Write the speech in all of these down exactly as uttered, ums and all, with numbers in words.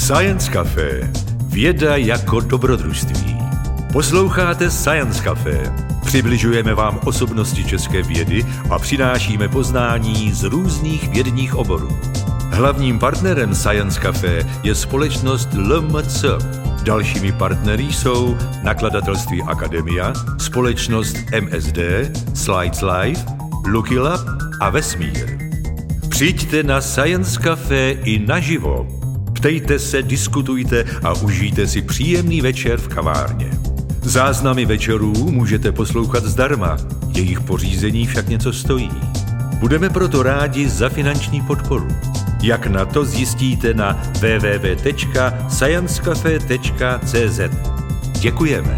Science Café. Věda jako dobrodružství. Posloucháte Science Café. Přibližujeme vám osobnosti české vědy a přinášíme poznání z různých vědních oborů. Hlavním partnerem Science Café je společnost L M C. Dalšími partnery jsou nakladatelství Akademia, společnost M S D, Slides Live, Lucky Lab a Vesmír. Přijďte na Science Café i naživo. Ptejte se, diskutujte a užijte si příjemný večer v kavárně. Záznamy večerů můžete poslouchat zdarma, jejich pořízení však něco stojí. Budeme proto rádi za finanční podporu. Jak na to zjistíte na w w w tečka science cafe tečka c z. Děkujeme.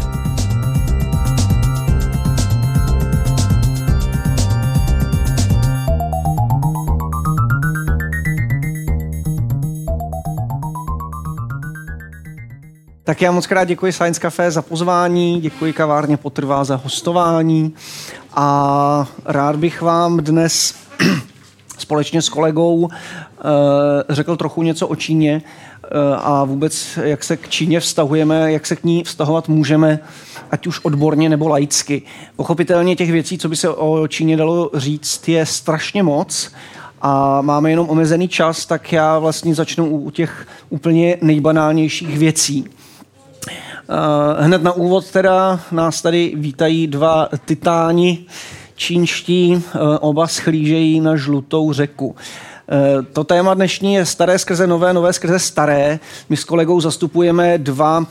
Tak já moc krát děkuji Science Café za pozvání, děkuji kavárně Potrvá za hostování a rád bych vám dnes společně s kolegou řekl trochu něco o Číně a vůbec, jak se k Číně vztahujeme, jak se k ní vztahovat můžeme, ať už odborně nebo laicky. Pochopitelně těch věcí, co by se o Číně dalo říct, je strašně moc a máme jenom omezený čas, tak já vlastně začnu u těch úplně nejbanálnějších věcí. Hned na úvod teda nás tady vítají dva titáni čínští, oba schlížejí na žlutou řeku. To téma dnešní je staré skrze nové, nové skrze staré. My s kolegou zastupujeme dva,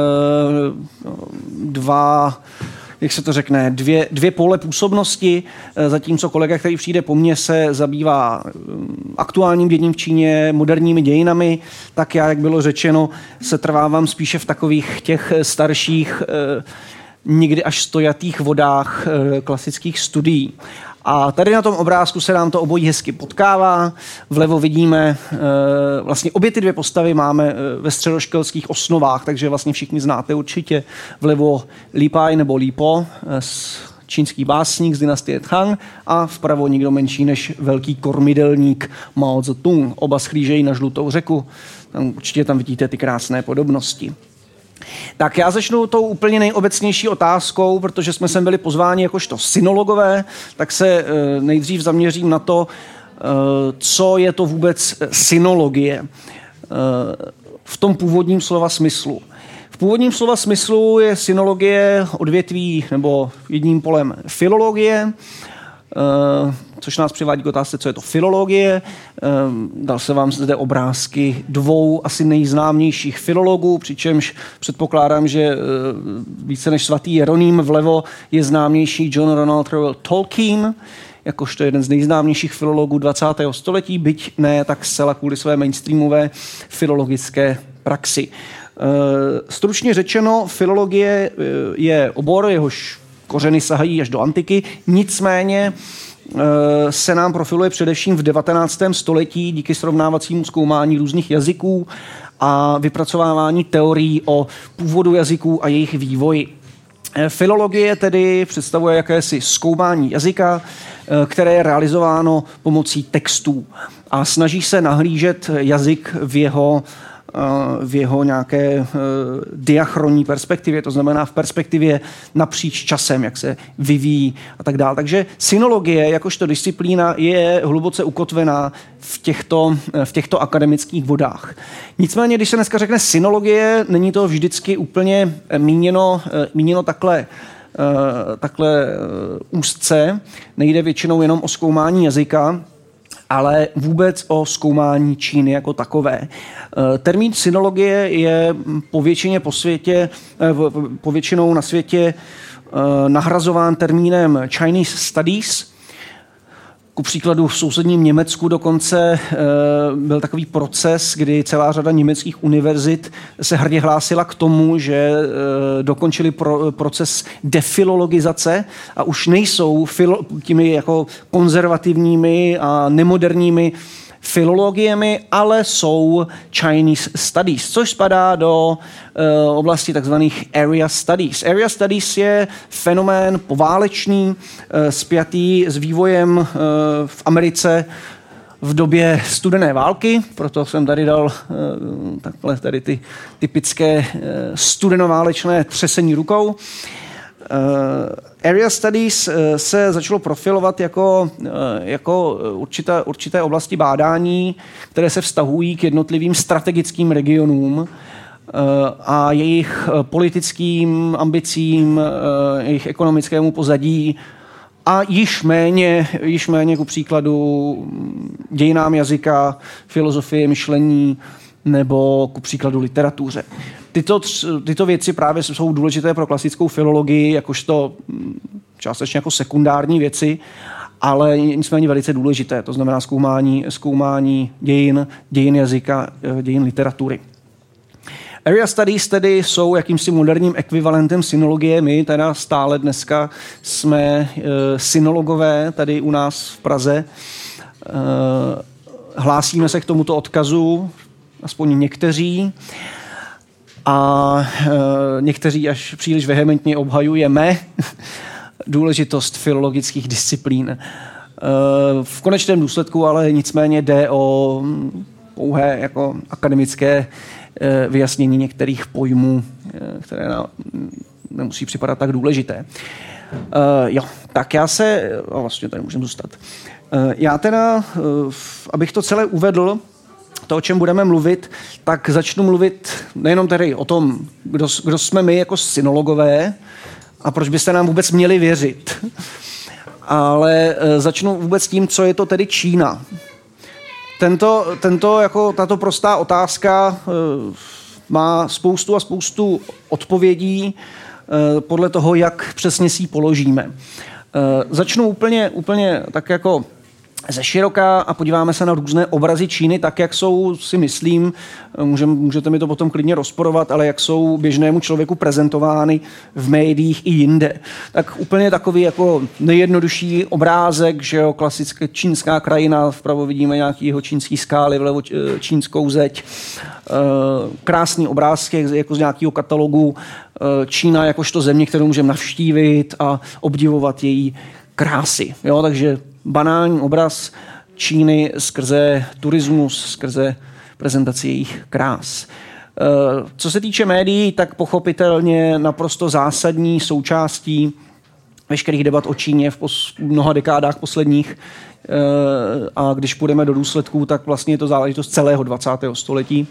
dva jak se to řekne, dvě, dvě pole působnosti, zatímco kolega, který přijde po mně, se zabývá aktuálním děním v Číně, moderními dějinami, tak já, jak bylo řečeno, se trvávám spíše v takových těch starších, nikdy až stojatých vodách klasických studií. A tady na tom obrázku se nám to obojí hezky potkává. Vlevo vidíme, vlastně obě ty dvě postavy máme ve středoškolských osnovách, takže vlastně všichni znáte určitě. Vlevo Li Pai nebo Li Po, čínský básník z dynastie Tang, a vpravo nikdo menší než velký kormidelník Mao Zedong. Oba schlížejí na žlutou řeku. Tam určitě tam vidíte ty krásné podobnosti. Tak já začnu tou úplně nejobecnější otázkou, protože jsme sem byli pozváni jakožto synologové, tak se nejdřív zaměřím na to, co je to vůbec synologie v tom původním slova smyslu. V původním slova smyslu je synologie odvětví nebo jedním polem filologie, což nás přivádí k otázce, co je to filologie. Dal se vám zde obrázky dvou asi nejznámějších filologů, přičemž předpokládám, že více než svatý Jeroným vlevo je známější John Ronald Reuel Tolkien, jakožto jeden z nejznámějších filologů dvacátého století, byť ne tak zcela kvůli své mainstreamové filologické praxi. Stručně řečeno, filologie je obor, jehož kořeny sahají až do antiky, nicméně se nám profiluje především v devatenáctém století díky srovnávacímu zkoumání různých jazyků a vypracovávání teorií o původu jazyků a jejich vývoji. Filologie tedy představuje jakési zkoumání jazyka, které je realizováno pomocí textů a snaží se nahlížet jazyk v jeho v jeho nějaké uh, diachronní perspektivě, to znamená v perspektivě napříč časem, jak se vyvíjí a tak dále. Takže synologie, jakožto disciplína, je hluboce ukotvená v těchto, v těchto akademických vodách. Nicméně, když se dneska řekne synologie, není to vždycky úplně míněno, míněno takhle, uh, takhle uh, úzce. Nejde většinou jenom o zkoumání jazyka, ale vůbec o zkoumání Číny jako takové. Termín synologie je povětšině po světě, povětšinou na světě nahrazován termínem Chinese Studies. Ku příkladu v sousedním Německu dokonce byl takový proces, kdy celá řada německých univerzit se hrdě hlásila k tomu, že dokončili pro, proces defilologizace a už nejsou filo, těmi jako konzervativními a nemoderními filologiemi, ale jsou Chinese Studies, což spadá do uh, oblasti takzvaných Area Studies. Area Studies je fenomén poválečný, uh, spjatý s vývojem uh, v Americe v době studené války, proto jsem tady dal takhle tady ty typické studenoválečné třesení rukou. Area Studies se začalo profilovat jako, jako určité, určité oblasti bádání, které se vztahují k jednotlivým strategickým regionům a jejich politickým ambicím, jejich ekonomickému pozadí a již méně, již méně ku příkladu dějinám jazyka, filozofie myšlení nebo ku příkladu literatuře. Tyto, tyto věci právě jsou důležité pro klasickou filologii, jakožto částečně jako sekundární věci, ale nicméně velice důležité. To znamená zkoumání, zkoumání dějin, dějin jazyka, dějin literatury. Area Studies tedy jsou jakýmsi moderním ekvivalentem synologie. My teda stále dneska jsme e, synologové tady u nás v Praze. E, hlásíme se k tomuto odkazu, aspoň někteří, a e, někteří až příliš vehementně obhajujeme důležitost filologických disciplín. E, v konečném důsledku ale nicméně jde o pouhé jako akademické vyjasnění některých pojmů, které nám nemusí připadat tak důležité. Uh, jo, tak já se... O, vlastně tady můžeme zůstat. Uh, já teda, uh, abych to celé uvedl, to, o čem budeme mluvit, tak začnu mluvit nejenom tedy o tom, kdo, kdo jsme my jako synologové a proč byste nám vůbec měli věřit, ale uh, začnu vůbec tím, co je to tedy Čína. Tento, tento, jako tato prostá otázka e, má spoustu a spoustu odpovědí e, podle toho, jak přesně si ji položíme. E, začnu úplně, úplně tak jako ze široka a podíváme se na různé obrazy Číny, tak jak jsou, si myslím, můžem, můžete mi to potom klidně rozporovat, ale jak jsou běžnému člověku prezentovány v médiích i jinde. Tak úplně takový jako nejjednodušší obrázek, že jo, klasická čínská krajina, vpravo vidíme nějaký jeho čínský skály, vlevo čínskou zeď. Krásný obrázek jako z nějakého katalogu. Čína jakožto země, kterou můžeme navštívit a obdivovat její krásy. Jo, takže banální obraz Číny skrze turismus, skrze prezentaci jejich krás. Co se týče médií, tak pochopitelně naprosto zásadní součástí veškerých debat o Číně v mnoha dekádách posledních, a když půjdeme do důsledků, tak vlastně je to záležitost celého dvacátého století,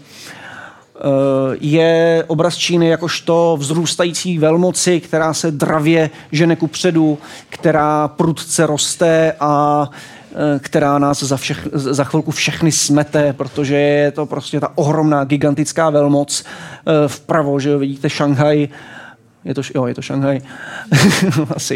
je obraz Číny jakožto vzrůstající velmoci, která se dravě žene kupředu, která prudce roste a která nás za, všech, za chvilku všechny smete, protože je to prostě ta ohromná, gigantická velmoc. Vpravo, že vidíte Šanghaj, je to, jo, je to Šanghaj, asi,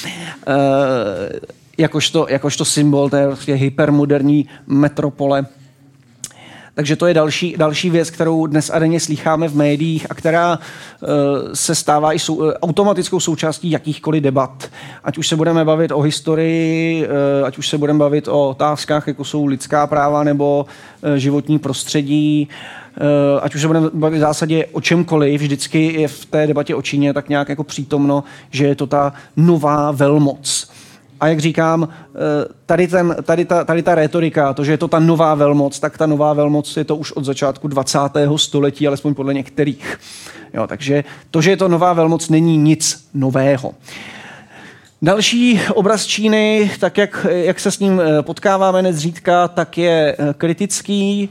jakožto, jakožto symbol té prostě hypermoderní metropole. Takže to je další, další věc, kterou dnes a denně slýcháme v médiích a která uh, se stává i sou, automatickou součástí jakýchkoliv debat. Ať už se budeme bavit o historii, uh, ať už se budeme bavit o otázkách, jako jsou lidská práva nebo uh, životní prostředí, uh, ať už se budeme bavit v zásadě o čemkoliv, vždycky je v té debatě o Číně tak nějak jako přítomno, že je to ta nová velmoc. A jak říkám, tady, ten, tady, ta, tady ta rétorika, to, že je to ta nová velmoc, tak ta nová velmoc je to už od začátku dvacátého století, alespoň podle některých. Jo, takže to, že je to nová velmoc, není nic nového. Další obraz Číny, tak jak, jak se s ním potkáváme nezřídka, tak je kritický,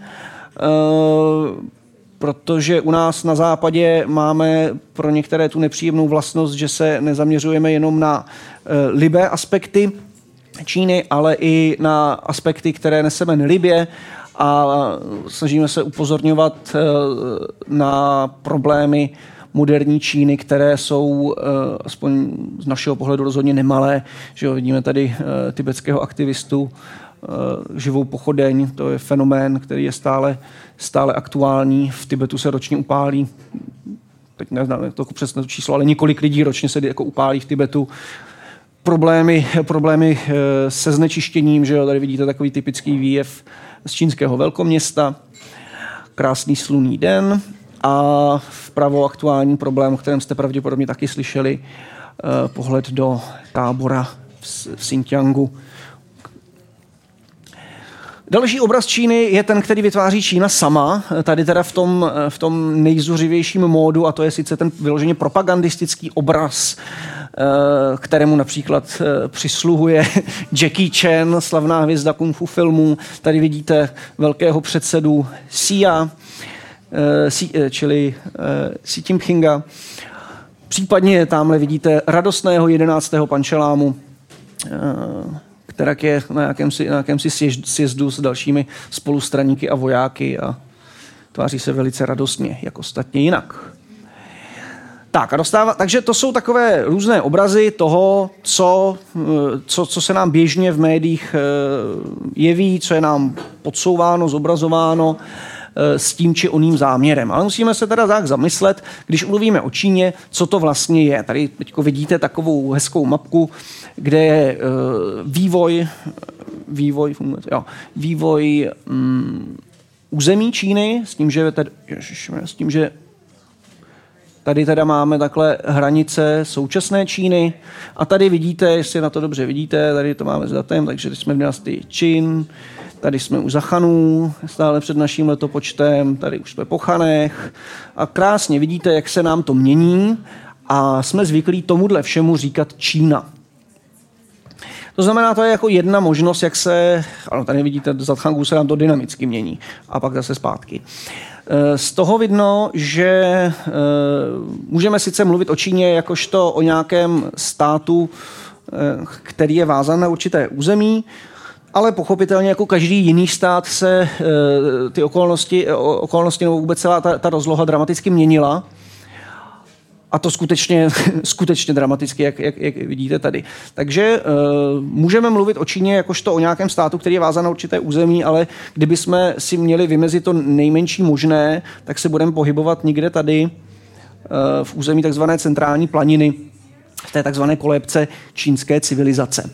protože u nás na západě máme pro některé tu nepříjemnou vlastnost, že se nezaměřujeme jenom na libé aspekty Číny, ale i na aspekty, které neseme nelibě a snažíme se upozorňovat na problémy moderní Číny, které jsou aspoň z našeho pohledu rozhodně nemalé. Že jo, vidíme tady tibetského aktivistu, živou pochodeň, to je fenomén, který je stále, stále aktuální. V Tibetu se ročně upálí, teď neznám to přesné číslo, ale několik lidí ročně se jako upálí v Tibetu. Problémy, problémy se znečištěním, že jo, tady vidíte takový typický výjev z čínského velkoměsta. Krásný slunný den a vpravo aktuální problém, o kterém jste pravděpodobně taky slyšeli, pohled do tábora v Xinjiangu. Další obraz Číny je ten, který vytváří Čína sama, tady teda v tom, v tom nejzuřivějším módu, a to je sice ten vyloženě propagandistický obraz, kterému například přisluhuje Jackie Chan, slavná hvězda kung fu filmů. Tady vidíte velkého předsedu Xia, čili Xi Jinpinga. Případně tamhle vidíte radostného jedenáctého pančelámu, která je na jakémsi, na jakémsi sjezdu s dalšími spolustraníky a vojáky a tváří se velice radostně, jak ostatně jinak. Tak a dostává, takže to jsou takové různé obrazy toho, co, co, co se nám běžně v médiích jeví, co je nám podsouváno, zobrazováno s tím či oným záměrem. Ale musíme se teda tak zamyslet, když mluvíme o Číně, co to vlastně je. Tady teď vidíte takovou hezkou mapku, kde je vývoj, vývoj, jo, vývoj um, území Číny, s tím, že, tady, ježiš, s tím, že tady teda máme takhle hranice současné Číny a tady vidíte, jestli na to dobře vidíte, tady to máme s datem, takže jsme v dynastii Čin, tady jsme u Zachanů, stále před naším letopočtem, tady už jsme po Chanech a krásně vidíte, jak se nám to mění a jsme zvyklí tomuhle všemu říkat Čína. To znamená, to je jako jedna možnost, jak se, ano, tady vidíte, za Zachanů se nám to dynamicky mění a pak zase zpátky. Z toho vidno, že můžeme sice mluvit o Číně jakožto o nějakém státu, který je vázán na určité území, ale pochopitelně jako každý jiný stát se ty okolnosti, okolnosti nebo vůbec celá ta, ta rozloha dramaticky měnila. A to skutečně, skutečně dramaticky, jak, jak, jak vidíte tady. Takže uh, můžeme mluvit o Číně jakožto o nějakém státu, který je vázán na určité území, ale kdybychom si měli vymezit to nejmenší možné, tak se budeme pohybovat někde tady uh, v území takzvané centrální planiny, v té takzvané kolébce čínské civilizace.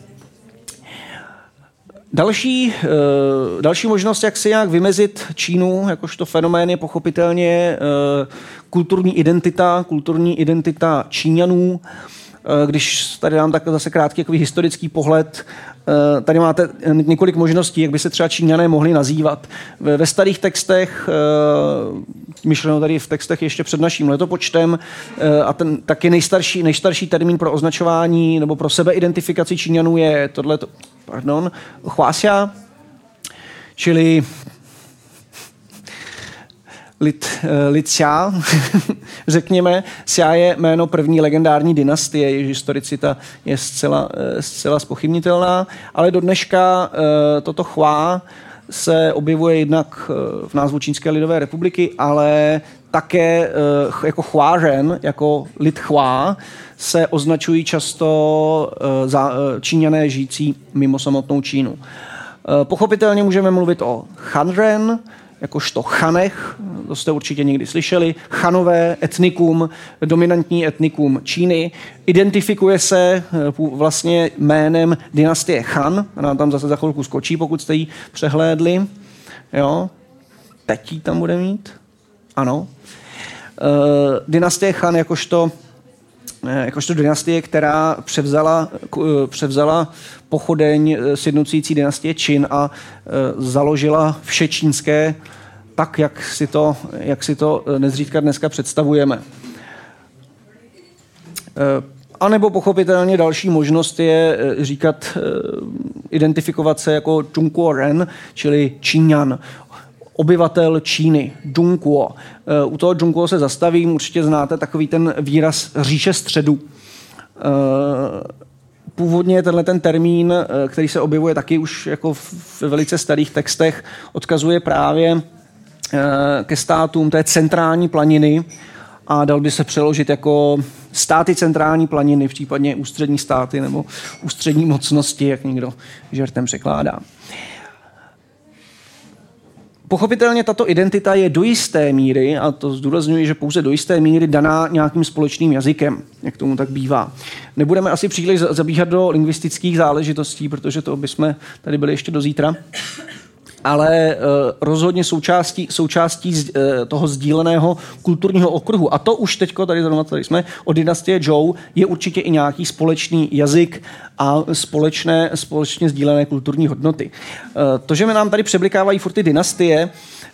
Další, uh, další možnost, jak si nějak vymezit Čínu, jakožto fenomén, je pochopitelně uh, kulturní identita, kulturní identita Číňanů. Uh, když tady dám tak zase krátký takový historický pohled, uh, tady máte několik možností, jak by se třeba Číňané mohli nazývat. Ve, ve starých textech, uh, myšleno tady v textech ještě před naším letopočtem, uh, a ten taky nejstarší, nejstarší termín pro označování nebo pro sebeidentifikaci Číňanů je tohleto, pardon, Huaxia, čili Lid, lid Xia, řekněme. Xia je jméno první legendární dynastie, jejíž historicita je zcela, zcela zpochybnitelná, ale do dneška toto Hua se objevuje jednak v názvu Čínské lidové republiky, ale také jako Huařen, jako lid Hua, se označují často Číňané žijící mimo samotnou Čínu. Pochopitelně můžeme mluvit o Hanren, jakožto Chanech, to jste určitě někdy slyšeli, Chanové etnikum, dominantní etnikum Číny, identifikuje se vlastně jménem dynastie Han, ona tam zase za chvilku skočí, pokud jste ji přehlédli. Jo? Teď ji tam bude mít? Ano. Uh, dynastie Han jakožto, jakožto dynastie, která převzala, převzala pochodeň sjednocující dynastie Čin a uh, založila vše čínské tak, jak si to, jak si to nezřídka dneska představujeme. Uh, A nebo pochopitelně další možnost je říkat, identifikovat se jako Zhongguo Ren, čili Číňan, obyvatel Číny, Zhongguo. U toho Zhongguo se zastavím, určitě znáte takový ten výraz říše středu. Původně tenhle ten termín, který se objevuje taky už jako v velice starých textech, odkazuje právě ke státům té centrální planiny a dal by se přeložit jako státy centrální planiny, případně ústřední státy nebo ústřední mocnosti, jak někdo žertem překládá. Pochopitelně tato identita je do jisté míry, a to zdůrazňuji, že pouze do jisté míry daná nějakým společným jazykem, jak tomu tak bývá. Nebudeme asi příliš zabíhat do lingvistických záležitostí, protože to bychom tady byli ještě do zítra. ale rozhodně součástí, součástí toho sdíleného kulturního okruhu. A to už teďko, tady zrovna tady jsme, od dynastie Zhou je určitě i nějaký společný jazyk a společné, společně sdílené kulturní hodnoty. To, že nám tady přeblikávají furt ty dynastie,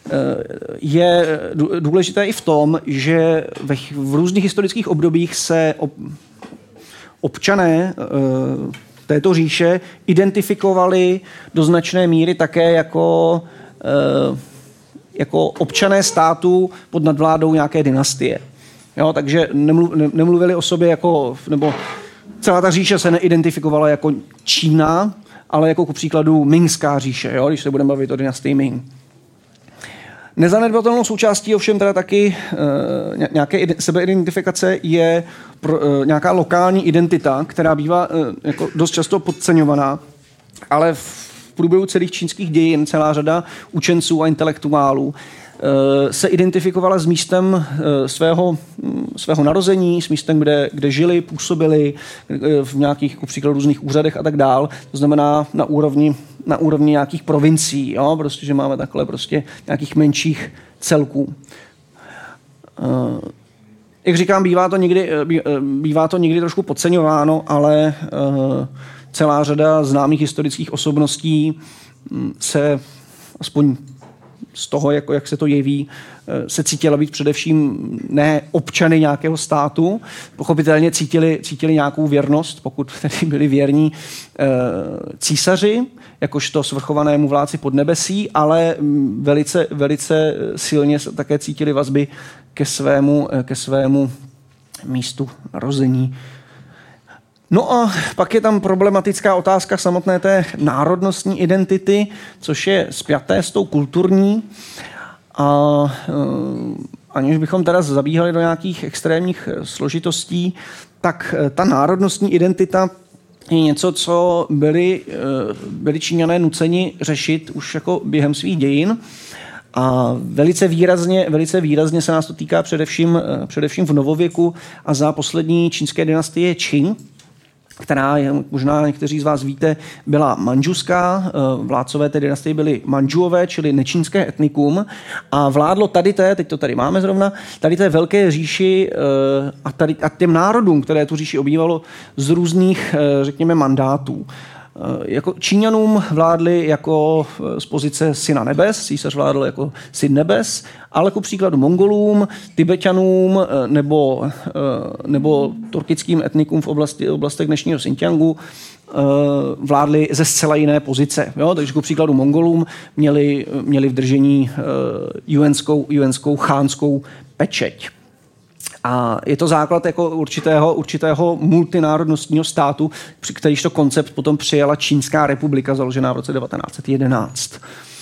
je důležité i v tom, že v různých historických obdobích se občané této říše identifikovali do značné míry také jako, jako občané státu pod nadvládou nějaké dynastie. Jo, takže nemluvili o sobě jako, nebo celá ta říše se neidentifikovala jako Čína, ale jako ku příkladu Mingská říše, jo, když se budeme bavit o dynastii Ming. Nezanedbatelnou součástí ovšem teda taky e, nějaké sebeidentifikace je pro, e, nějaká lokální identita, která bývá e, jako dost často podceňovaná, ale v průběhu celých čínských dějin celá řada učenců a intelektuálů e, se identifikovala s místem e, svého, svého narození, s místem, kde, kde žili, působili e, v nějakých jako příklad různých úřadech a tak dál. To znamená na úrovni na úrovni nějakých provincií, jo? Prostě, že máme takhle prostě nějakých menších celků. Uh, jak říkám, bývá to někdy, bývá to někdy trošku podceňováno, ale uh, celá řada známých historických osobností se, aspoň z toho, jako, jak se to jeví, se cítila být především ne občany nějakého státu, pochopitelně cítili, cítili nějakou věrnost, pokud tedy byli věrní e, císaři, jakožto svrchovanému vládci podnebesí, ale velice, velice silně se také cítili vazby ke svému, ke svému místu narození. No a pak je tam problematická otázka samotné té národnostní identity, což je spjaté s tou kulturní. A aniž bychom teda zabíhali do nějakých extrémních složitostí, tak ta národnostní identita je něco, co byli, byli Číňané nuceni řešit už jako během svých dějin. A velice výrazně, velice výrazně se nás to týká především, především v novověku a za poslední čínské dynastie Qing, která, je, možná někteří z vás víte, byla manžuská. Vládcové té dynastie byli manžuové, čili nečínské etnikum. A vládlo tady té, teď to tady máme zrovna, tady té velké říši a, tady, a těm národům, které tu říši obývalo z různých, řekněme, mandátů. Jako Číňanům vládli jako z pozice syna nebes, císař vládl jako syn nebes, ale ku příkladu Mongolům, Tibetanům nebo, nebo turkickým etnikům v oblasti, oblastech dnešního Xinjiangu vládli ze zcela jiné pozice. Jo? Takže ku příkladu Mongolům měli, měli v držení juenskou, juenskou chánskou pečeť. A je to základ jako určitého, určitého multinárodnostního státu, při kterýžto koncept potom přijala Čínská republika, založená v roce devatenáct set jedenáct.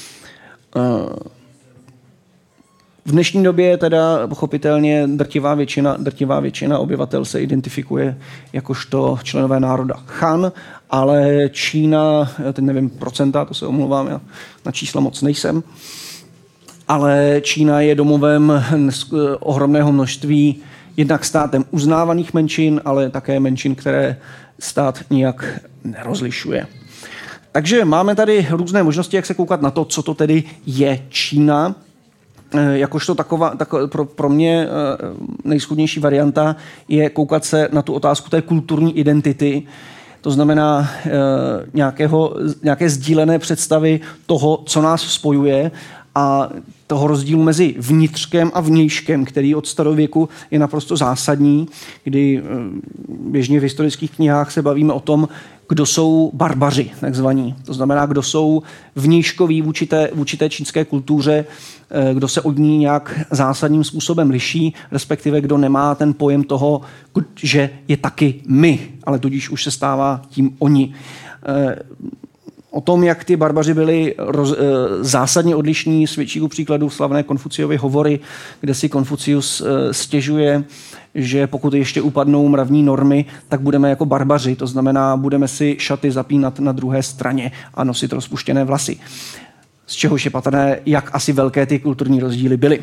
V dnešní době teda pochopitelně drtivá většina, drtivá většina obyvatel se identifikuje jakožto členové národa Han, ale Čína, teď nevím procenta, to se omlouvám, já na čísla moc nejsem, ale Čína je domovem ohromného množství jednak státem uznávaných menšin, ale také menšin, které stát nijak nerozlišuje. Takže máme tady různé možnosti, jak se koukat na to, co to tedy je Čína. Jakožto taková, tak pro, pro mě nejschudnější varianta je koukat se na tu otázku té kulturní identity, to znamená e, nějakého, nějaké sdílené představy toho, co nás spojuje, a toho rozdílu mezi vnitřkem a vnějškem, který od starověku je naprosto zásadní, kdy běžně v historických knihách se bavíme o tom, kdo jsou barbaři, takzvaní. To znamená, kdo jsou vnějškoví vůči té, vůči té čínské kultuře, kdo se od ní nějak zásadním způsobem liší, respektive kdo nemá ten pojem toho, že je taky my, ale tudíž už se stává tím oni. O tom, jak ty barbaři byli roz, e, zásadně odlišní, svědčí ku příkladu slavné Konfuciovy hovory, kde si Konfucius e, stěžuje, že pokud ještě upadnou mravní normy, tak budeme jako barbaři. To znamená, budeme si šaty zapínat na druhé straně a nosit rozpuštěné vlasy. Z čehož je patrné, jak asi velké ty kulturní rozdíly byly.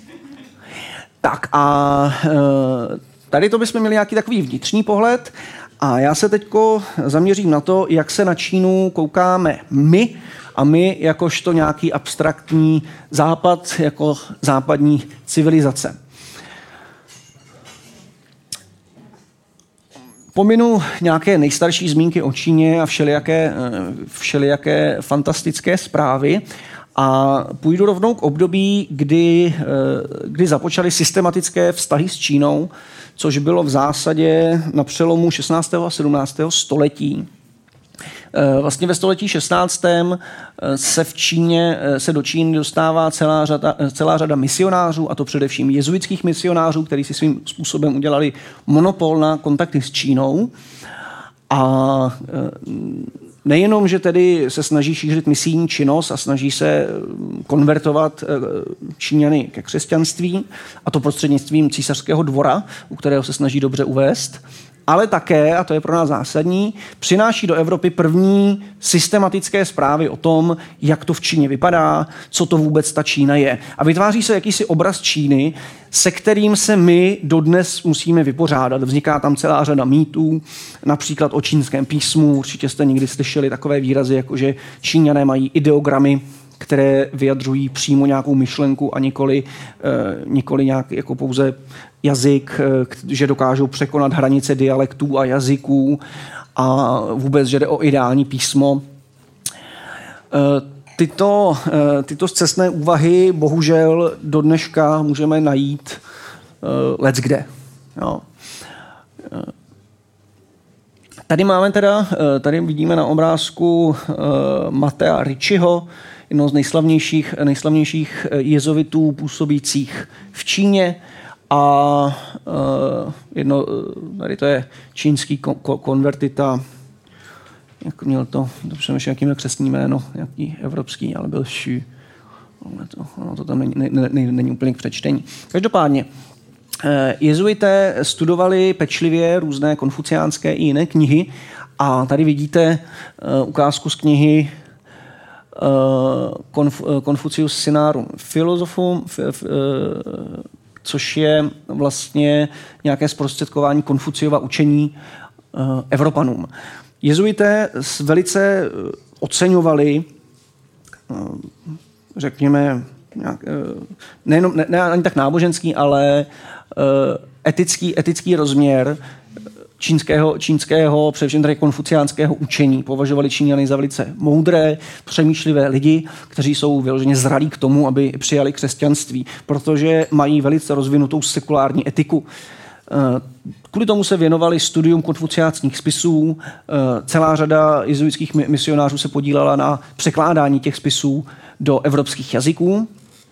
Tak a e, tady to bychom měli nějaký takový vnitřní pohled. A já se teďko zaměřím na to, jak se na Čínu koukáme my, a my jakožto nějaký abstraktní západ, jako západní civilizace. Pominu nějaké nejstarší zmínky o Číně a všelijaké, všelijaké fantastické zprávy a půjdu rovnou k období, kdy, kdy započaly systematické vztahy s Čínou, což bylo v zásadě na přelomu šestnáctého a sedmnáctého století. Vlastně ve století šestnáctém se v Číně, se do Číny dostává celá řada, celá řada misionářů, a to především jezuitských misionářů, kteří si svým způsobem udělali monopol na kontakty s Čínou. A nejenom, že tedy se snaží šířit misijní činnost a snaží se konvertovat Číňany ke křesťanství, a to prostřednictvím císařského dvora, u kterého se snaží dobře uvést, ale také, a to je pro nás zásadní, přináší do Evropy první systematické zprávy o tom, jak to v Číně vypadá, co to vůbec ta Čína je. A vytváří se jakýsi obraz Číny, se kterým se my dodnes musíme vypořádat. Vzniká tam celá řada mýtů, například o čínském písmu. Určitě jste někdy slyšeli takové výrazy, jako že Číňané mají ideogramy, které vyjadřují přímo nějakou myšlenku a nikoli, eh, nikoli nějak jako pouze jazyk, eh, že dokážou překonat hranice dialektů a jazyků a vůbec, že jde o ideální písmo. Eh, tyto, eh, tyto scestné úvahy bohužel do dneška můžeme najít eh, leckde. Jo. Eh, tady máme teda, eh, tady vidíme na obrázku eh, Mattea Ricciho, jednoho z nejslavnějších, nejslavnějších jezovitů působících v Číně, a uh, jedno, tady to je čínský kon- konvertita, jak měl to, to přemýšlím, jaký měl křestní jméno, nějaký evropský, ale byl Xu. To, ono to tam není, ne, ne, není úplně k přečtení. Každopádně, jezuité studovali pečlivě různé konfuciánské i jiné knihy, a tady vidíte uh, ukázku z knihy Conf- Confucius Sinarum Philosophium, f- f- což je vlastně nějaké zprostředkování Konfuciova učení Evropanům. Jezuité velice oceňovali, řekněme, nějak, nejenom, ne, ne ani tak náboženský, ale etický, etický rozměr čínského, čínského, především tady konfuciánského učení. Považovali Číňany za velice moudré, přemýšlivé lidi, kteří jsou vyloženě zralí k tomu, aby přijali křesťanství, protože mají velice rozvinutou sekulární etiku. Kvůli tomu se věnovali studium konfuciánských spisů. Celá řada jezuitských misionářů se podílela na překládání těch spisů do evropských jazyků.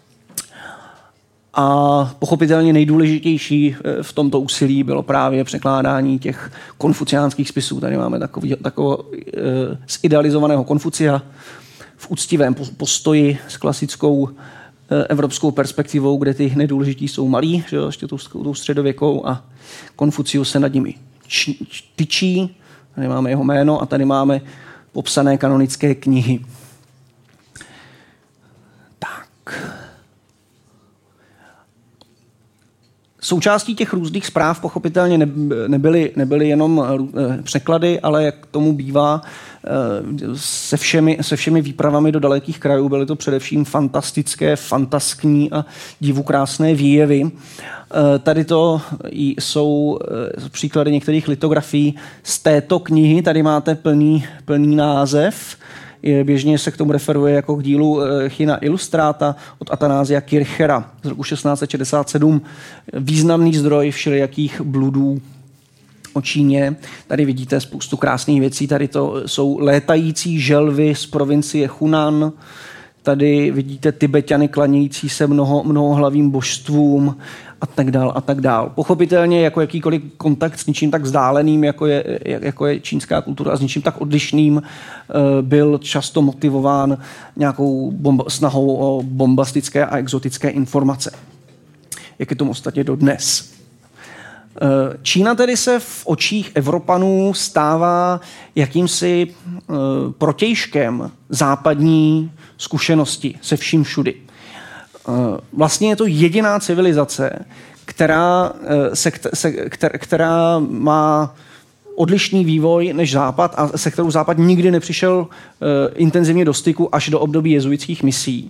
A pochopitelně nejdůležitější v tomto úsilí bylo právě překládání těch konfuciánských spisů. Tady máme takový, takového e, zidealizovaného Konfucia v úctivém postoji s klasickou e, evropskou perspektivou, kde ty nejdůležití jsou malí, že jo, ještě tou, tou středověkou, a Konfucius se nad nimi č, č, tyčí. Tady máme jeho jméno a tady máme popsané kanonické knihy. Tak... Součástí těch různých zpráv pochopitelně nebyly, nebyly jenom překlady, ale jak tomu bývá se všemi, se všemi výpravami do dalekých krajů, byly to především fantastické, fantaskní a divukrásné výjevy. Tady to jsou příklady některých litografií z této knihy. Tady máte plný, plný název. Běžně se k tomu referuje jako k dílu China Illustrata od Atanázia Kirchera z roku šestnáct set šedesát sedm. Významný zdroj všelijakých bludů o Číně. Tady vidíte spoustu krásných věcí. Tady to jsou létající želvy z provincie Hunan. Tady vidíte Tibetany klanějící se mnoho, mnohohlavým božstvům a tak dál a tak dál. Pochopitelně jako jakýkoliv kontakt s ničím tak vzdáleným, jako je, jako je čínská kultura, a s ničím tak odlišným, byl často motivován nějakou bomba, snahou o bombastické a exotické informace. Jak je tomu ostatně dodnes. Čína tedy se v očích Evropanů stává jakýmsi protějškem západní zkušenosti se vším všudy. Vlastně je to jediná civilizace, která, se, která má odlišný vývoj než Západ a se kterou Západ nikdy nepřišel uh, intenzivně do styku až do období jezuitských misí.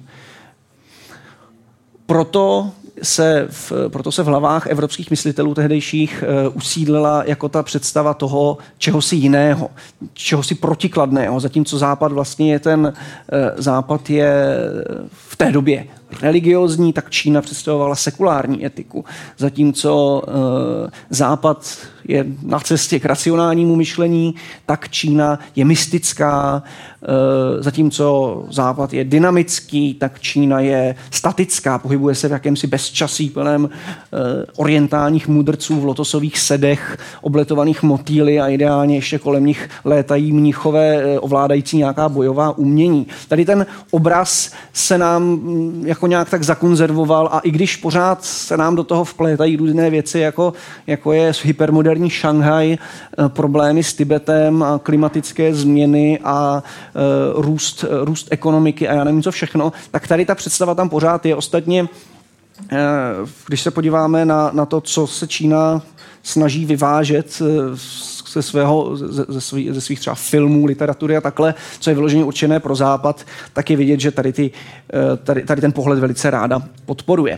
Proto se v, proto se v hlavách evropských myslitelů tehdejších uh, usídlila jako ta představa toho čehosi jiného, čehosi protikladného, zatímco Západ vlastně je ten, uh, Západ je v té době religiózní, tak Čína představovala sekulární etiku, zatímco uh, Západ je na cestě k racionálnímu myšlení, tak Čína je mystická, uh, zatímco Západ je dynamický, tak Čína je statická, pohybuje se v jakémsi bezčasí plném uh, orientálních mudrců v lotosových sedech, obletovaných motýly a ideálně ještě kolem nich létají mnichové uh, ovládající nějaká bojová umění. Tady ten obraz se nám um, jako nějak tak zakonzervoval a i když pořád se nám do toho vplétají různé věci, jako, jako je hypermoderní Šanghaj, problémy s Tibetem, a klimatické změny a uh, růst, růst ekonomiky a já nevím co všechno, tak tady ta představa tam pořád je. Ostatně, uh, když se podíváme na, na to, co se Čína snaží vyvážet uh, ze, svého, ze, ze, svých, ze svých třeba filmů, literatury a takhle, co je vyloženě určené pro Západ, tak je vidět, že tady, ty, tady, tady ten pohled velice ráda podporuje.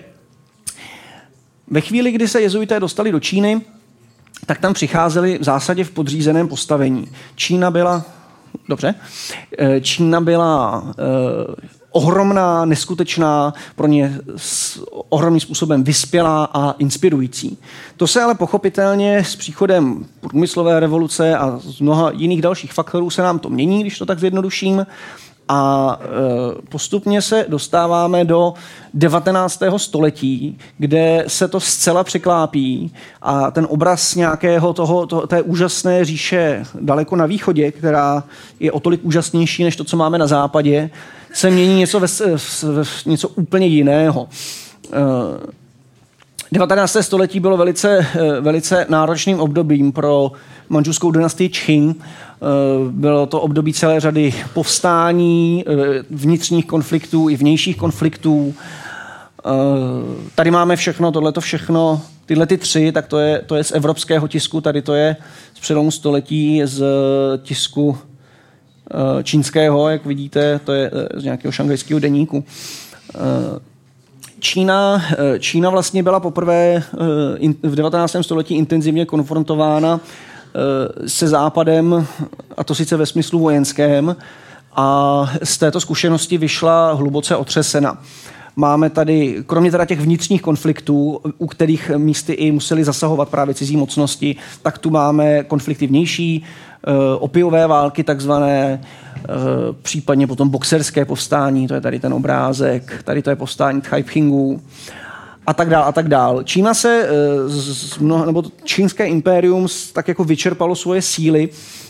Ve chvíli, kdy se jezuité dostali do Číny, tak tam přicházeli v zásadě v podřízeném postavení. Čína byla, dobře, Čína byla eh, ohromná, neskutečná, pro ně s ohromným způsobem vyspělá a inspirující. To se ale pochopitelně s příchodem průmyslové revoluce a z mnoha jiných dalších faktorů se nám to mění, když to tak zjednoduším. A e, postupně se dostáváme do devatenáctého století, kde se to zcela překlápí a ten obraz nějakého toho, to, té úžasné říše daleko na východě, která je o tolik úžasnější než to, co máme na západě, se mění něco, ve, ve, něco úplně jiného. E, devatenácté století bylo velice, velice náročným obdobím pro manžuskou dynastii Čching. Bylo to období celé řady povstání, vnitřních konfliktů i vnějších konfliktů. Tady máme všechno, tohleto všechno, tyhle ty tři, tak to je, to je z evropského tisku, tady to je z přelomu století z tisku čínského, jak vidíte, to je z nějakého šanghajského deníku. Čína, Čína vlastně byla poprvé v devatenáctém století intenzivně konfrontována se Západem, a to sice ve smyslu vojenském, a z této zkušenosti vyšla hluboce otřesena. Máme tady, kromě teda těch vnitřních konfliktů, u kterých místy i museli zasahovat právě cizí mocnosti, tak tu máme konflikty vnější, opiové války takzvané, případně potom boxerské povstání, to je tady ten obrázek, tady to je povstání Taipingů a tak dál a tak dál. Čína se, z mnoha, nebo čínské impérium tak jako vyčerpalo svoje síly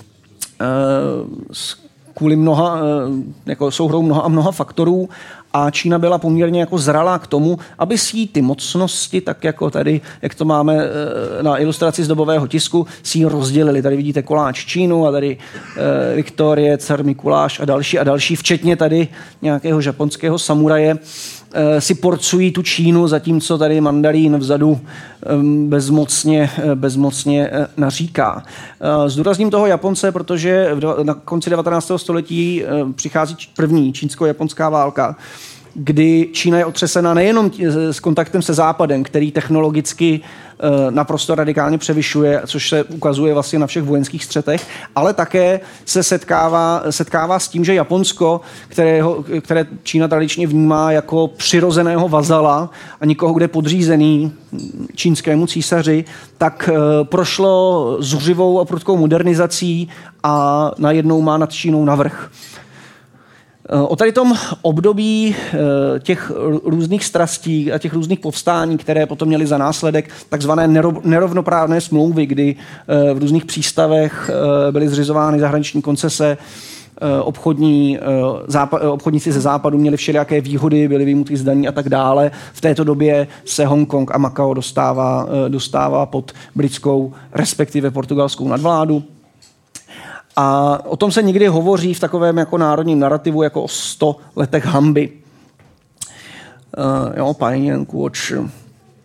kvůli mnoha, jako souhrou mnoha a mnoha faktorů a Čína byla poměrně jako zralá k tomu, aby si jí ty mocnosti, tak jako tady, jak to máme na ilustraci z dobového tisku, si ji rozdělili. Tady vidíte koláč Čínu a tady eh, Viktorie, car Mikuláš a další a další, včetně tady nějakého japonského samuraje, eh, si porcují tu Čínu, zatímco tady mandarín vzadu eh, bezmocně, eh, bezmocně eh, naříká. Eh, zdůrazním toho Japonce, protože v, na konci devatenáctého století eh, přichází první čínsko-japonská válka, kdy Čína je otřesena nejenom s kontaktem se Západem, který technologicky naprosto radikálně převyšuje, což se ukazuje vlastně na všech vojenských střetech, ale také se setkává, setkává s tím, že Japonsko, kterého, které Čína tradičně vnímá jako přirozeného vazala a nikoho, kde podřízený čínskému císaři, tak prošlo zuřivou a prudkou modernizací a najednou má nad Čínou navrch. O tady tom období těch různých strastí a těch různých povstání, které potom měly za následek takzvané nerovnoprávné smlouvy, kdy v různých přístavech byly zřizovány zahraniční koncese, obchodní, západ, obchodníci ze západu měli všelijaké výhody, byly vyjmuty z daní a tak dále. V této době se Hongkong a Makao dostává, dostává pod britskou, respektive portugalskou nadvládu. A o tom se někdy hovoří v takovém jako národním narrativu jako o sto letech hanby. Uh, jo, paní Janku, oč.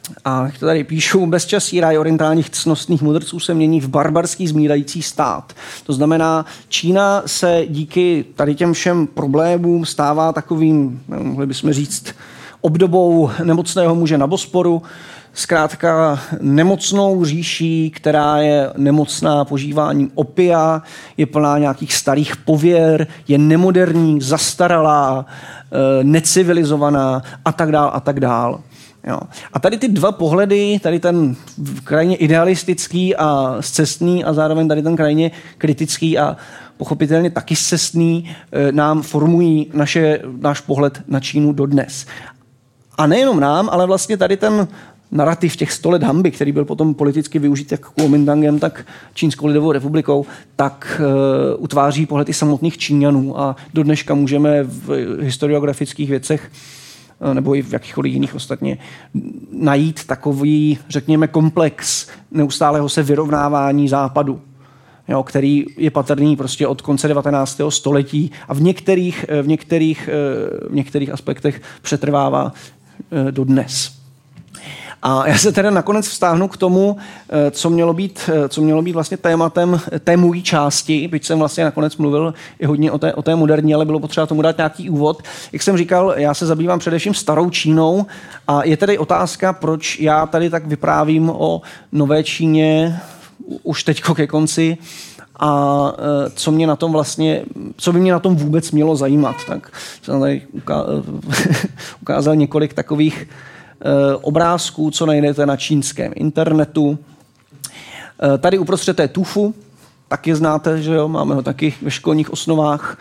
a to tady píšu, bezčasí ráj orientálních ctnostných mudrců se mění v barbarský zmírající stát. To znamená, Čína se díky tady těm všem problémům stává takovým, mohli bychom říct, obdobou nemocného muže na Bosporu, zkrátka nemocnou říší, která je nemocná požíváním opia, je plná nějakých starých pověr, je nemoderní, zastaralá, necivilizovaná a tak dál a tak dál. Jo. A tady ty dva pohledy, tady ten krajně idealistický a scestný a zároveň tady ten krajně kritický a pochopitelně taky scestný, nám formují naše, náš pohled na Čínu dodnes. A nejenom nám, ale vlastně tady ten narrativ těch sto let hanby, který byl potom politicky využit jak Kuomintangem, tak Čínskou lidovou republikou, tak uh, utváří pohled i samotných Číňanů. A do dneška můžeme v historiografických věcech nebo i v jakýchkoliv jiných ostatně najít takový, řekněme, komplex neustálého se vyrovnávání západu, jo, který je patrný prostě od konce devatenáctého století a v některých, v některých, v některých aspektech přetrvává dodnes. A já se teda nakonec vztáhnu k tomu, co mělo být, co mělo být vlastně tématem té mojí části, byť jsem vlastně nakonec mluvil i hodně o té, o té moderní, ale bylo potřeba tomu dát nějaký úvod. Jak jsem říkal, já se zabývám především starou Čínou a je tedy otázka, proč já tady tak vyprávím o nové Číně už teďko ke konci a co mě na tom vlastně, co by mě na tom vůbec mělo zajímat. Tak jsem tady ukázal několik takových obrázků, co najdete na čínském internetu. Tady uprostřed je Tufu, taky znáte, že jo, máme ho taky ve školních osnovách.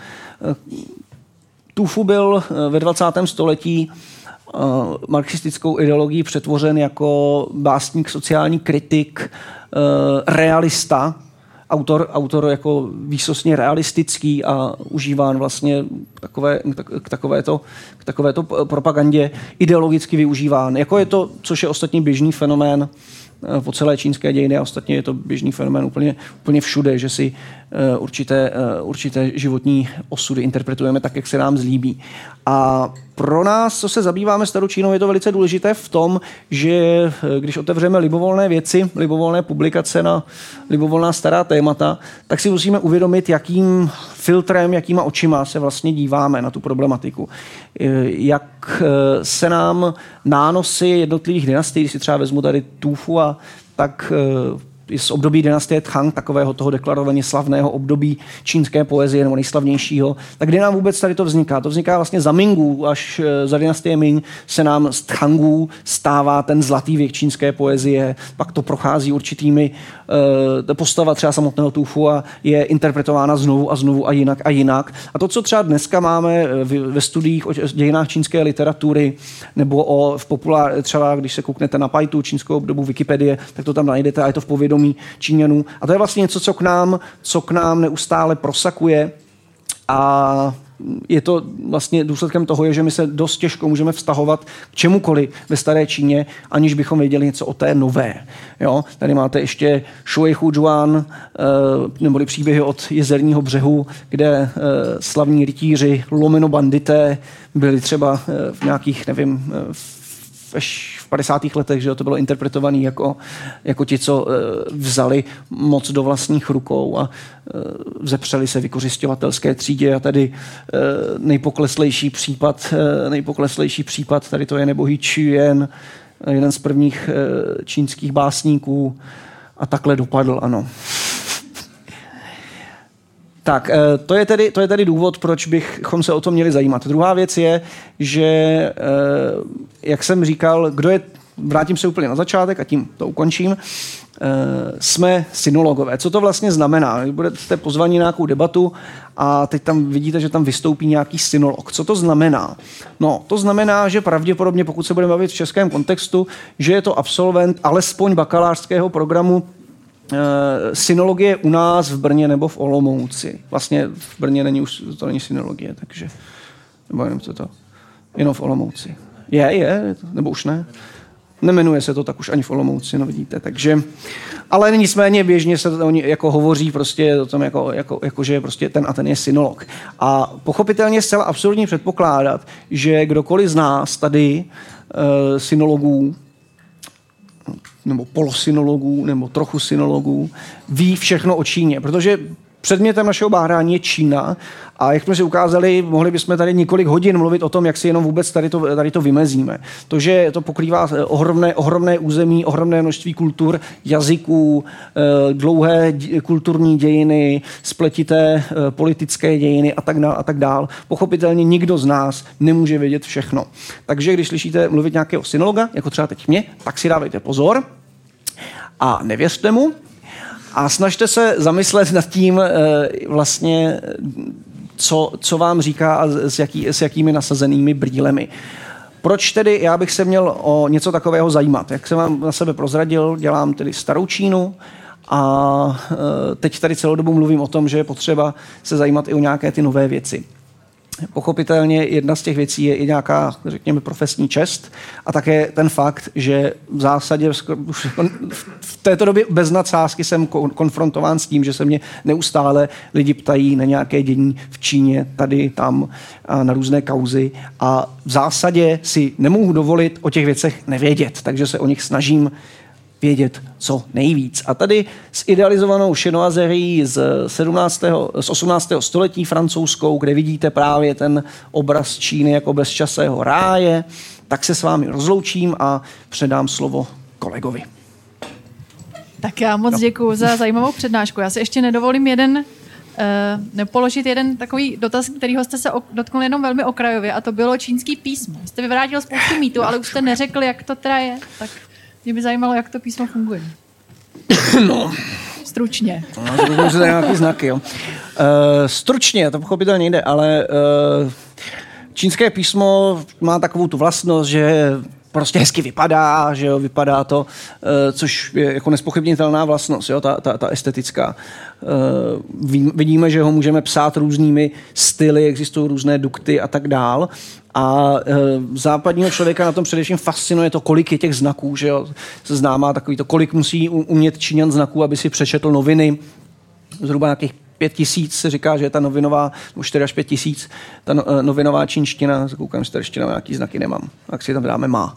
Tufu byl ve dvacátém století marxistickou ideologií přetvořen jako básník, sociální kritik, realista, autor, autor jako výsostně realistický a užíván vlastně takové, k, takovéto, k takovéto propagandě ideologicky využíván. Jako je to, což je ostatně běžný fenomén po celé čínské dějiny a ostatně je to běžný fenomén úplně, úplně všude, že si uh, určité, uh, určité životní osudy interpretujeme tak, jak se nám zlíbí. A pro nás, co se zabýváme starou Čínou, je to velice důležité v tom, že když otevřeme libovolné věci, libovolné publikace na libovolná stará témata, tak si musíme uvědomit, jakým filtrem, jakýma očima se vlastně díváme na tu problematiku. Jak se nám nánosy jednotlivých dynastií, když si třeba vezmu tady Tufu, a tak z období dynastie Tang, takového toho deklarovaně slavného období čínské poezie, nebo nejslavnějšího, tak kdy nám vůbec tady to vzniká? To vzniká vlastně za Mingů, až za dynastie Ming se nám z Tangů stává ten zlatý věk čínské poezie, pak to prochází určitými uh, postava třeba samotného Tufu a je interpretována znovu a znovu a jinak a jinak. A to, co třeba dneska máme ve studiích o dějinách čínské literatury, nebo o, v populár, třeba když se kouknete na Pajtu, čínskou obdobu Wikipedie, tak to tam najdete a je to v povědomí Číňanů. A to je vlastně něco, co k nám, co k nám neustále prosakuje a je to vlastně důsledkem toho, je, že my se dost těžko můžeme vztahovat k čemukoliv ve staré Číně, aniž bychom věděli něco o té nové. Jo? Tady máte ještě Shui Hujuan, neboli příběhy od Jezerního břehu, kde slavní rytíři, lomeno bandité, byli třeba v nějakých, nevím, v padesátých letech, že to bylo interpretované jako, jako ti, co vzali moc do vlastních rukou a vzepřeli se vykořisťovatelské třídě. A tady nejpokleslejší případ, nejpokleslejší případ, tady to je nebohý Qian, jeden z prvních čínských básníků, a takhle dopadl, ano. Tak, to je, tedy, to je tedy důvod, proč bychom se o to měli zajímat. Druhá věc je, že, jak jsem říkal, kdo je, vrátím se úplně na začátek a tím to ukončím, jsme synologové. Co to vlastně znamená? Budete pozvaní na nějakou debatu a teď tam vidíte, že tam vystoupí nějaký synolog. Co to znamená? No, to znamená, že pravděpodobně, pokud se budeme bavit v českém kontextu, že je to absolvent alespoň bakalářského programu synologie u nás v Brně nebo v Olomouci. Vlastně v Brně není už, to není synologie, takže nebo jenom to, to jenom v Olomouci. Je, je, nebo už ne? Nemenuje se to tak už ani v Olomouci, no vidíte, takže, ale nicméně běžně se to jako hovoří prostě o tom, jako, jako, jako, že prostě ten a ten je synolog. A pochopitelně zcela absurdní předpokládat, že kdokoliv z nás tady uh, synologů nebo polosinologů, nebo trochu sinologů ví všechno o Číně, protože předmětem našeho bádání je Čína a jak jsme si ukázali, mohli bychom tady několik hodin mluvit o tom, jak si jenom vůbec tady to, tady to vymezíme. To, že to pokrývá ohromné, ohromné území, ohromné množství kultur, jazyků, dlouhé kulturní dějiny, spletité politické dějiny a tak dál a tak dál. Pochopitelně nikdo z nás nemůže vědět všechno. Takže když slyšíte mluvit nějakého sinologa, jako třeba teď mě, tak si dávejte pozor a nevěřte mu. A snažte se zamyslet nad tím vlastně, co, co vám říká a s, jaký, s jakými nasazenými brýlemi. Proč tedy já bych se měl o něco takového zajímat? Jak jsem vám na sebe prozradil, dělám tedy starou Čínu a teď tady celou dobu mluvím o tom, že je potřeba se zajímat i o nějaké ty nové věci. Pochopitelně jedna z těch věcí je i nějaká, řekněme, profesní čest a také ten fakt, že v zásadě v této době bez nadsázky jsem konfrontován s tím, že se mě neustále lidi ptají na nějaké dění v Číně, tady, tam, na různé kauzy a v zásadě si nemohu dovolit o těch věcech nevědět, takže se o nich snažím vědět co nejvíc. A tady s idealizovanou chinoiserie z, sedmnáctého, z osmnáctého století francouzskou, kde vidíte právě ten obraz Číny jako bezčasého ráje, tak se s vámi rozloučím a předám slovo kolegovi. Tak já moc no. děkuju za zajímavou přednášku. Já si ještě nedovolím jeden Uh, položit jeden takový dotaz, kterýho jste se dotknul jenom velmi okrajově, a to bylo čínský písmo. Jste vyvrátil spoustu mýtů, ale už jste neřekli, jak to teda je. Tak mě by zajímalo, jak to písmo funguje. No. Stručně. No, to nějaký znaky, jo. Uh, stručně, to pochopitelně jde, ale uh, čínské písmo má takovou tu vlastnost, že prostě hezky vypadá, že jo, vypadá to, uh, což je jako nespochybnitelná vlastnost, jo, ta, ta, ta estetická. Uh, ví, vidíme, že ho můžeme psát různými styly, existují různé dukty a tak dál. A uh, západního člověka na tom především fascinuje to, kolik je těch znaků, že jo, známá takový to, kolik musí umět Číňan znaků, aby si přečetl noviny, zhruba nějakých pět tisíc se říká, že je ta novinová, nebo čtyři až pět tisíc, ta no, novinová čínština, koukám, čtyřština, nějaký znaky nemám, tak si tam dáme má.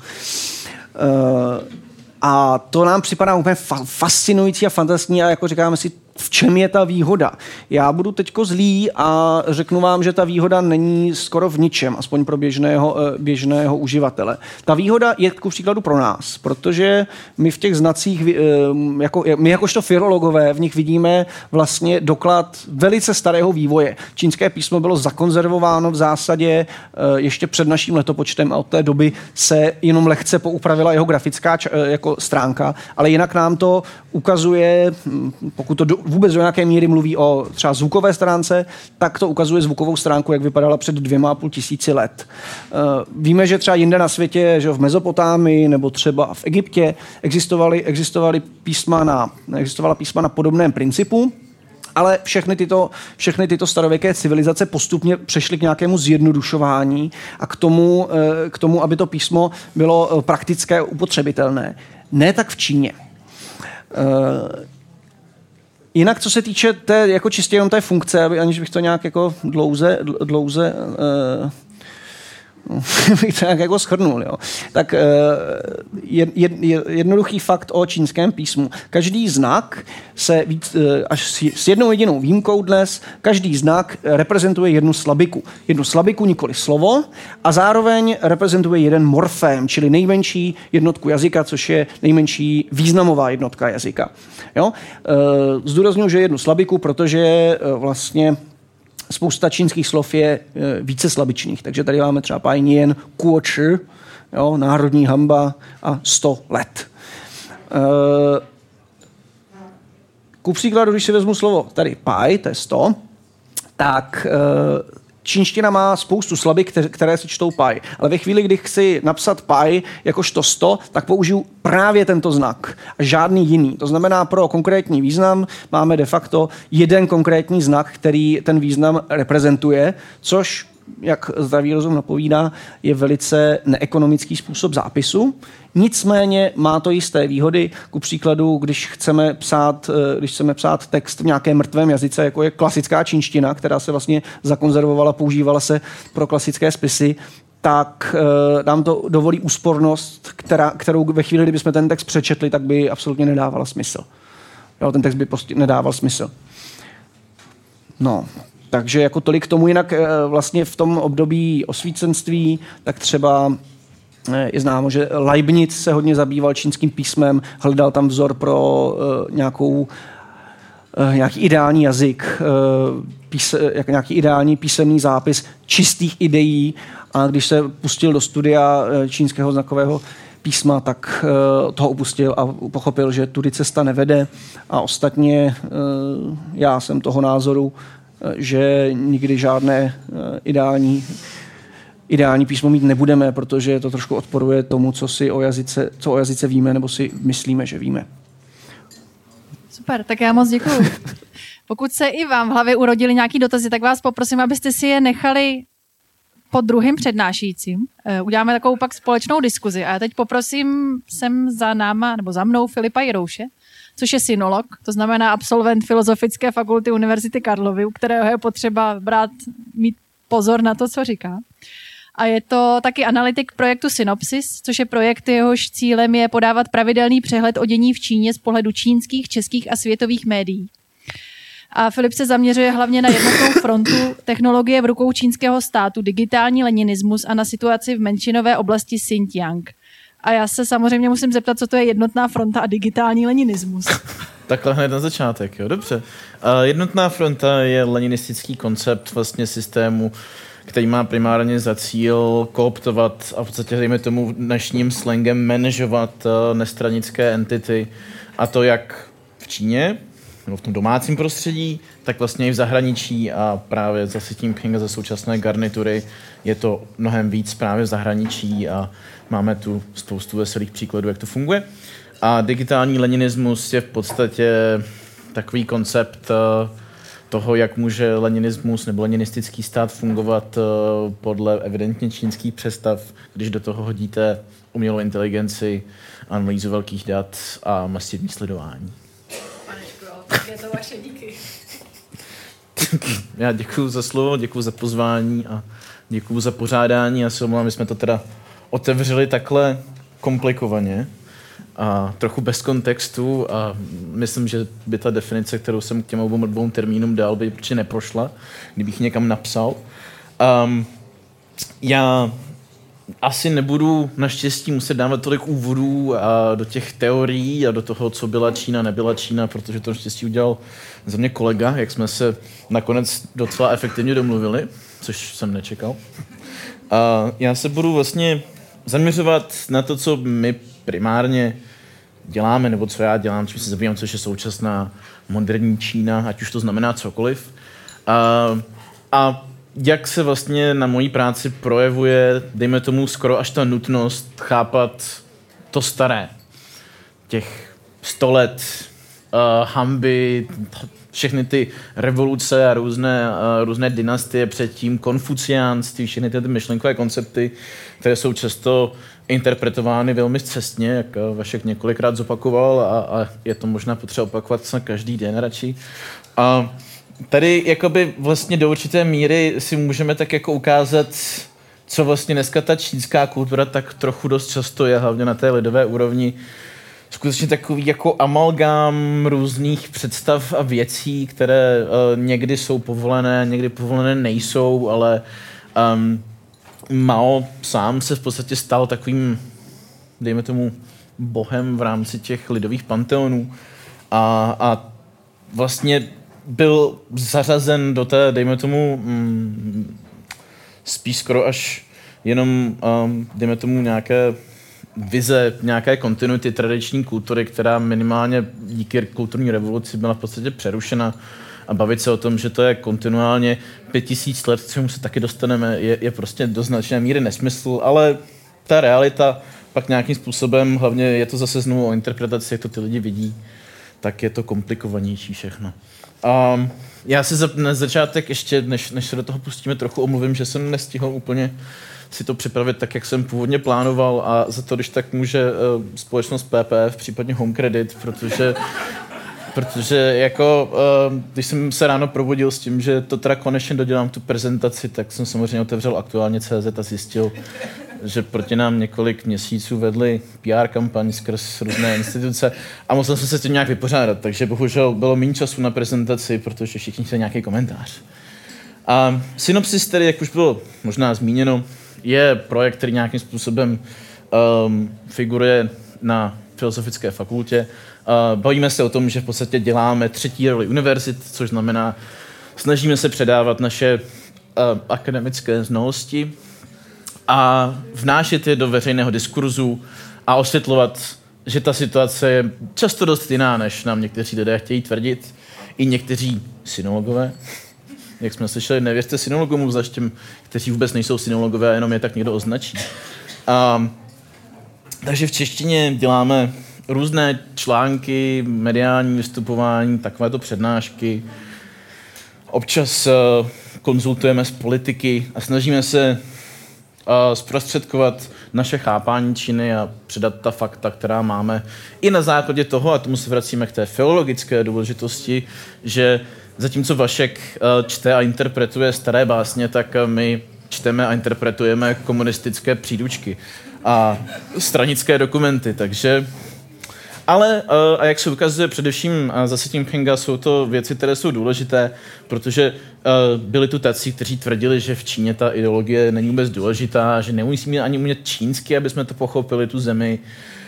Uh, a to nám připadá úplně fa- fascinující a fantastický a jako říkáme si, v čem je ta výhoda. Já budu teďko zlý a řeknu vám, že ta výhoda není skoro v ničem, aspoň pro běžného, běžného uživatele. Ta výhoda je ku příkladu pro nás, protože my v těch znacích, jako, my jakožto filologové, v nich vidíme vlastně doklad velice starého vývoje. Čínské písmo bylo zakonzervováno v zásadě ještě před naším letopočtem a od té doby se jenom lehce poupravila jeho grafická jako stránka, ale jinak nám to ukazuje, pokud to do, vůbec do nějaké míry mluví o třeba zvukové stránce, tak to ukazuje zvukovou stránku, jak vypadala před dvěma a půl tisíci let. Uh, víme, že třeba jinde na světě, že v Mezopotámii nebo třeba v Egyptě existovaly, existovaly písma na, existovala písma na podobném principu, ale všechny tyto, všechny tyto starověké civilizace postupně přešly k nějakému zjednodušování a k tomu, k tomu, aby to písmo bylo praktické a upotřebitelné. Ne tak v Číně. Uh, Jinak, co se týče té, jako čistě jenom té funkce, aby, aniž bych to nějak jako dlouze, dlouze uh, bych to nějak jako shrnul, jo. Tak uh, jed, jed, jednoduchý fakt o čínském písmu. Každý znak se víc, uh, až s, s jednou jedinou výjimkou dnes, každý znak reprezentuje jednu slabiku. Jednu slabiku, nikoli slovo, a zároveň reprezentuje jeden morfém, čili nejmenší jednotku jazyka, což je nejmenší významová jednotka jazyka. Jo? Zdůrazňuji, že jednu slabiku, protože vlastně spousta čínských slov je více slabičných. Takže tady máme třeba pajnien, kuoči, jo, národní hamba a sto let. Ku příkladu, když si vezmu slovo tady paj, to je sto, tak čínština má spoustu slabik, které se čtou paj. Ale ve chvíli, kdy chci napsat paj jakožto sto, tak použiju právě tento znak a žádný jiný. To znamená, pro konkrétní význam máme de facto jeden konkrétní znak, který ten význam reprezentuje, což, jak zdravý rozum napovídá, je velice neekonomický způsob zápisu. Nicméně má to jisté výhody. Ku příkladu, když chceme psát, když chceme psát text v nějakém mrtvém jazyce, jako je klasická čínština, která se vlastně zakonzervovala, používala se pro klasické spisy, tak uh, nám to dovolí úspornost, která, kterou ve chvíli, kdybychom ten text přečetli, tak by absolutně nedávala smysl. Jo, ten text by prostě nedával smysl. No, takže jako tolik k tomu, jinak uh, vlastně v tom období osvícenství, tak třeba je známo, že Leibniz se hodně zabýval čínským písmem, hledal tam vzor pro uh, nějakou, uh, nějaký ideální jazyk, uh, pís, jak nějaký ideální písemný zápis čistých ideí, a když se pustil do studia uh, čínského znakového písma, tak uh, toho opustil a pochopil, že tudy cesta nevede. A ostatně uh, já jsem toho názoru, uh, že nikdy žádné uh, ideální Ideální písmo mít nebudeme, protože to trošku odporuje tomu, co si o jazyce, co o jazyce víme, nebo si myslíme, že víme. Super, tak já moc děkuju. Pokud se i vám v hlavě urodili nějaký dotazy, tak vás poprosím, abyste si je nechali pod druhým přednášejícím. Uděláme takovou pak společnou diskuzi. A já teď poprosím sem za náma, nebo za mnou Filipa Jirouše, což je synolog, to znamená absolvent Filozofické fakulty Univerzity Karlovy, u kterého je potřeba brát, mít pozor na to, co říká. A je to taky analytik projektu Synopsis, což je projekt, jehož cílem je podávat pravidelný přehled o dění v Číně z pohledu čínských, českých a světových médií. A Filip se zaměřuje hlavně na jednotnou frontu technologie v rukou čínského státu, digitální leninismus a na situaci v menšinové oblasti Xinjiang. A já se samozřejmě musím zeptat, co to je jednotná fronta a digitální leninismus. Takhle hned na začátek, jo, dobře. Uh, jednotná fronta je leninistický koncept vlastně systému, který má primárně za cíl kooptovat a v podstatě, dejme tomu dnešním slangem, manažovat uh, nestranické entity, a to jak v Číně, nebo v tom domácím prostředí, tak vlastně i v zahraničí, a právě za Xi Jinpinga, za současné garnitury je to mnohem víc právě v zahraničí a máme tu spoustu veselých příkladů, jak to funguje. A digitální leninismus je v podstatě takový koncept toho, jak může leninismus nebo leninistický stát fungovat podle evidentně čínských představ, když do toho hodíte umělou inteligenci, analýzu velkých dat a masivní sledování. Panečko, tak je to vaše díky. Já děkuju za slovo, děkuju za pozvání a děkuju za pořádání. Já se omlouvám, my jsme to teda otevřeli takhle komplikovaně a trochu bez kontextu a myslím, že by ta definice, kterou jsem k těm obou dvou termínům dal, by určitě neprošla, kdybych někam napsal. Um, já asi nebudu naštěstí muset dávat tolik úvodů a do těch teorií a do toho, co byla Čína, nebyla Čína, protože to naštěstí udělal za mě kolega, jak jsme se nakonec docela efektivně domluvili, což jsem nečekal. A já se budu vlastně zaměřovat na to, co my primárně děláme, nebo co já dělám, čím se zabývám, což je současná moderní Čína, ať už to znamená cokoliv. A, a jak se vlastně na mojí práci projevuje, dejme tomu, skoro až ta nutnost chápat to staré. Těch sto let uh, hanby, všechny ty revoluce a různé, uh, různé dynastie předtím, konfuciánství, všechny ty myšlenkové koncepty, které jsou často interpretovány velmi scestně, jak Vašek několikrát zopakoval, a, a je to možná potřeba opakovat na každý den radši. A tady jakoby vlastně do určité míry si můžeme tak jako ukázat, co vlastně dneska ta čínská kultura tak trochu dost často je, hlavně na té lidové úrovni, skutečně takový jako amalgám různých představ a věcí, které uh, někdy jsou povolené, někdy povolené nejsou, ale um, Mao sám se v podstatě stal takovým, dejme tomu, bohem v rámci těch lidových panteonů a, a vlastně byl zařazen do té, dejme tomu, mm, spíš skoro až jenom, um, dejme tomu, nějaké vize, nějaké kontinuity tradiční kultury, která minimálně díky kulturní revoluci byla v podstatě přerušena, a bavit se o tom, že to je kontinuálně pět tisíc let, k čemu se taky dostaneme, je, je prostě do značné míry nesmysl, ale ta realita pak nějakým způsobem, hlavně je to zase znovu o interpretaci, jak to ty lidi vidí, tak je to komplikovanější všechno. A já si za, na začátek ještě, než, než se do toho pustíme, trochu omluvím, že jsem nestihl úplně si to připravit tak, jak jsem původně plánoval, a za to, když tak může uh, společnost P P F, případně Home Credit, protože protože jako, uh, když jsem se ráno probudil s tím, že to teda konečně dodělám tu prezentaci, tak jsem samozřejmě otevřel aktuálně tečka cé zet a zjistil, že proti nám několik měsíců vedli P R kampaň skrz různé instituce a musel jsem se s tím nějak vypořádat, takže bohužel bylo méně času na prezentaci, protože všichni chtěli nějaký komentář. A Synopsis tedy, jak už bylo možná zmíněno, je projekt, který nějakým způsobem um, figuruje na Filozofické fakultě. Uh, bavíme se o tom, že v podstatě děláme třetí roli univerzit, což znamená, snažíme se předávat naše uh, akademické znalosti a vnášet je do veřejného diskurzu a osvětlovat, že ta situace je často dost jiná, než nám někteří lidé chtějí tvrdit, i někteří synologové. Jak jsme slyšeli, nevěřte synologům, zvlášť těm, kteří vůbec nejsou synologové, jenom je tak někdo označí. Um, takže v češtině děláme různé články, mediální vystupování, takovéto přednášky. Občas uh, konzultujeme s politiky a snažíme se uh, zprostředkovat naše chápání Číny a předat ta fakta, která máme. I na základě toho, a tomu se vracíme k té filologické důležitosti, že zatímco Vašek uh, čte a interpretuje staré básně, tak uh, my čteme a interpretujeme komunistické příručky a stranické dokumenty, takže... Ale, a jak se ukazuje především za Xi Jinpinga, jsou to věci, které jsou důležité, protože byli tu tací, kteří tvrdili, že v Číně ta ideologie není vůbec důležitá, že nemusíme ani umět čínsky, aby jsme to pochopili, tu zemi.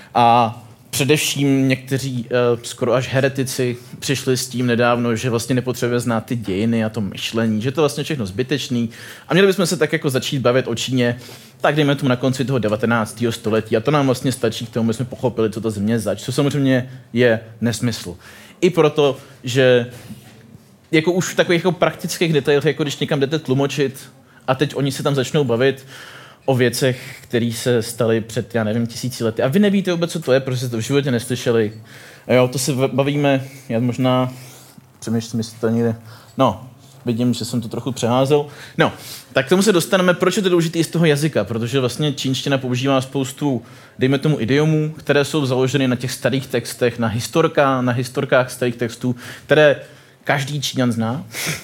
A především někteří skoro až heretici přišli s tím nedávno, že vlastně nepotřebuje znát ty dějiny a to myšlení, že to vlastně všechno zbytečný. A měli bychom se tak jako začít bavit o Číně, tak dejme tomu na konci toho devatenáctého století a to nám vlastně stačí k tomu, aby jsme pochopili, co ta země je zač, co samozřejmě je nesmysl. I proto, že jako už v takových jako praktických detailech, jako když někam jdete tlumočit a teď oni se tam začnou bavit o věcech, které se staly před, já nevím, tisíci lety. A vy nevíte vůbec, co to je, protože jste to v životě neslyšeli. A jo, to se bavíme, já možná přemýšlím, jestli to někde... No, vidím, že jsem to trochu přeházel. No, tak k tomu se dostaneme, proč je to důležité z toho jazyka, protože vlastně čínština používá spoustu, dejme tomu, idiomů, které jsou založeny na těch starých textech, na historkách, na historkách starých textů, které každý Číňan zná,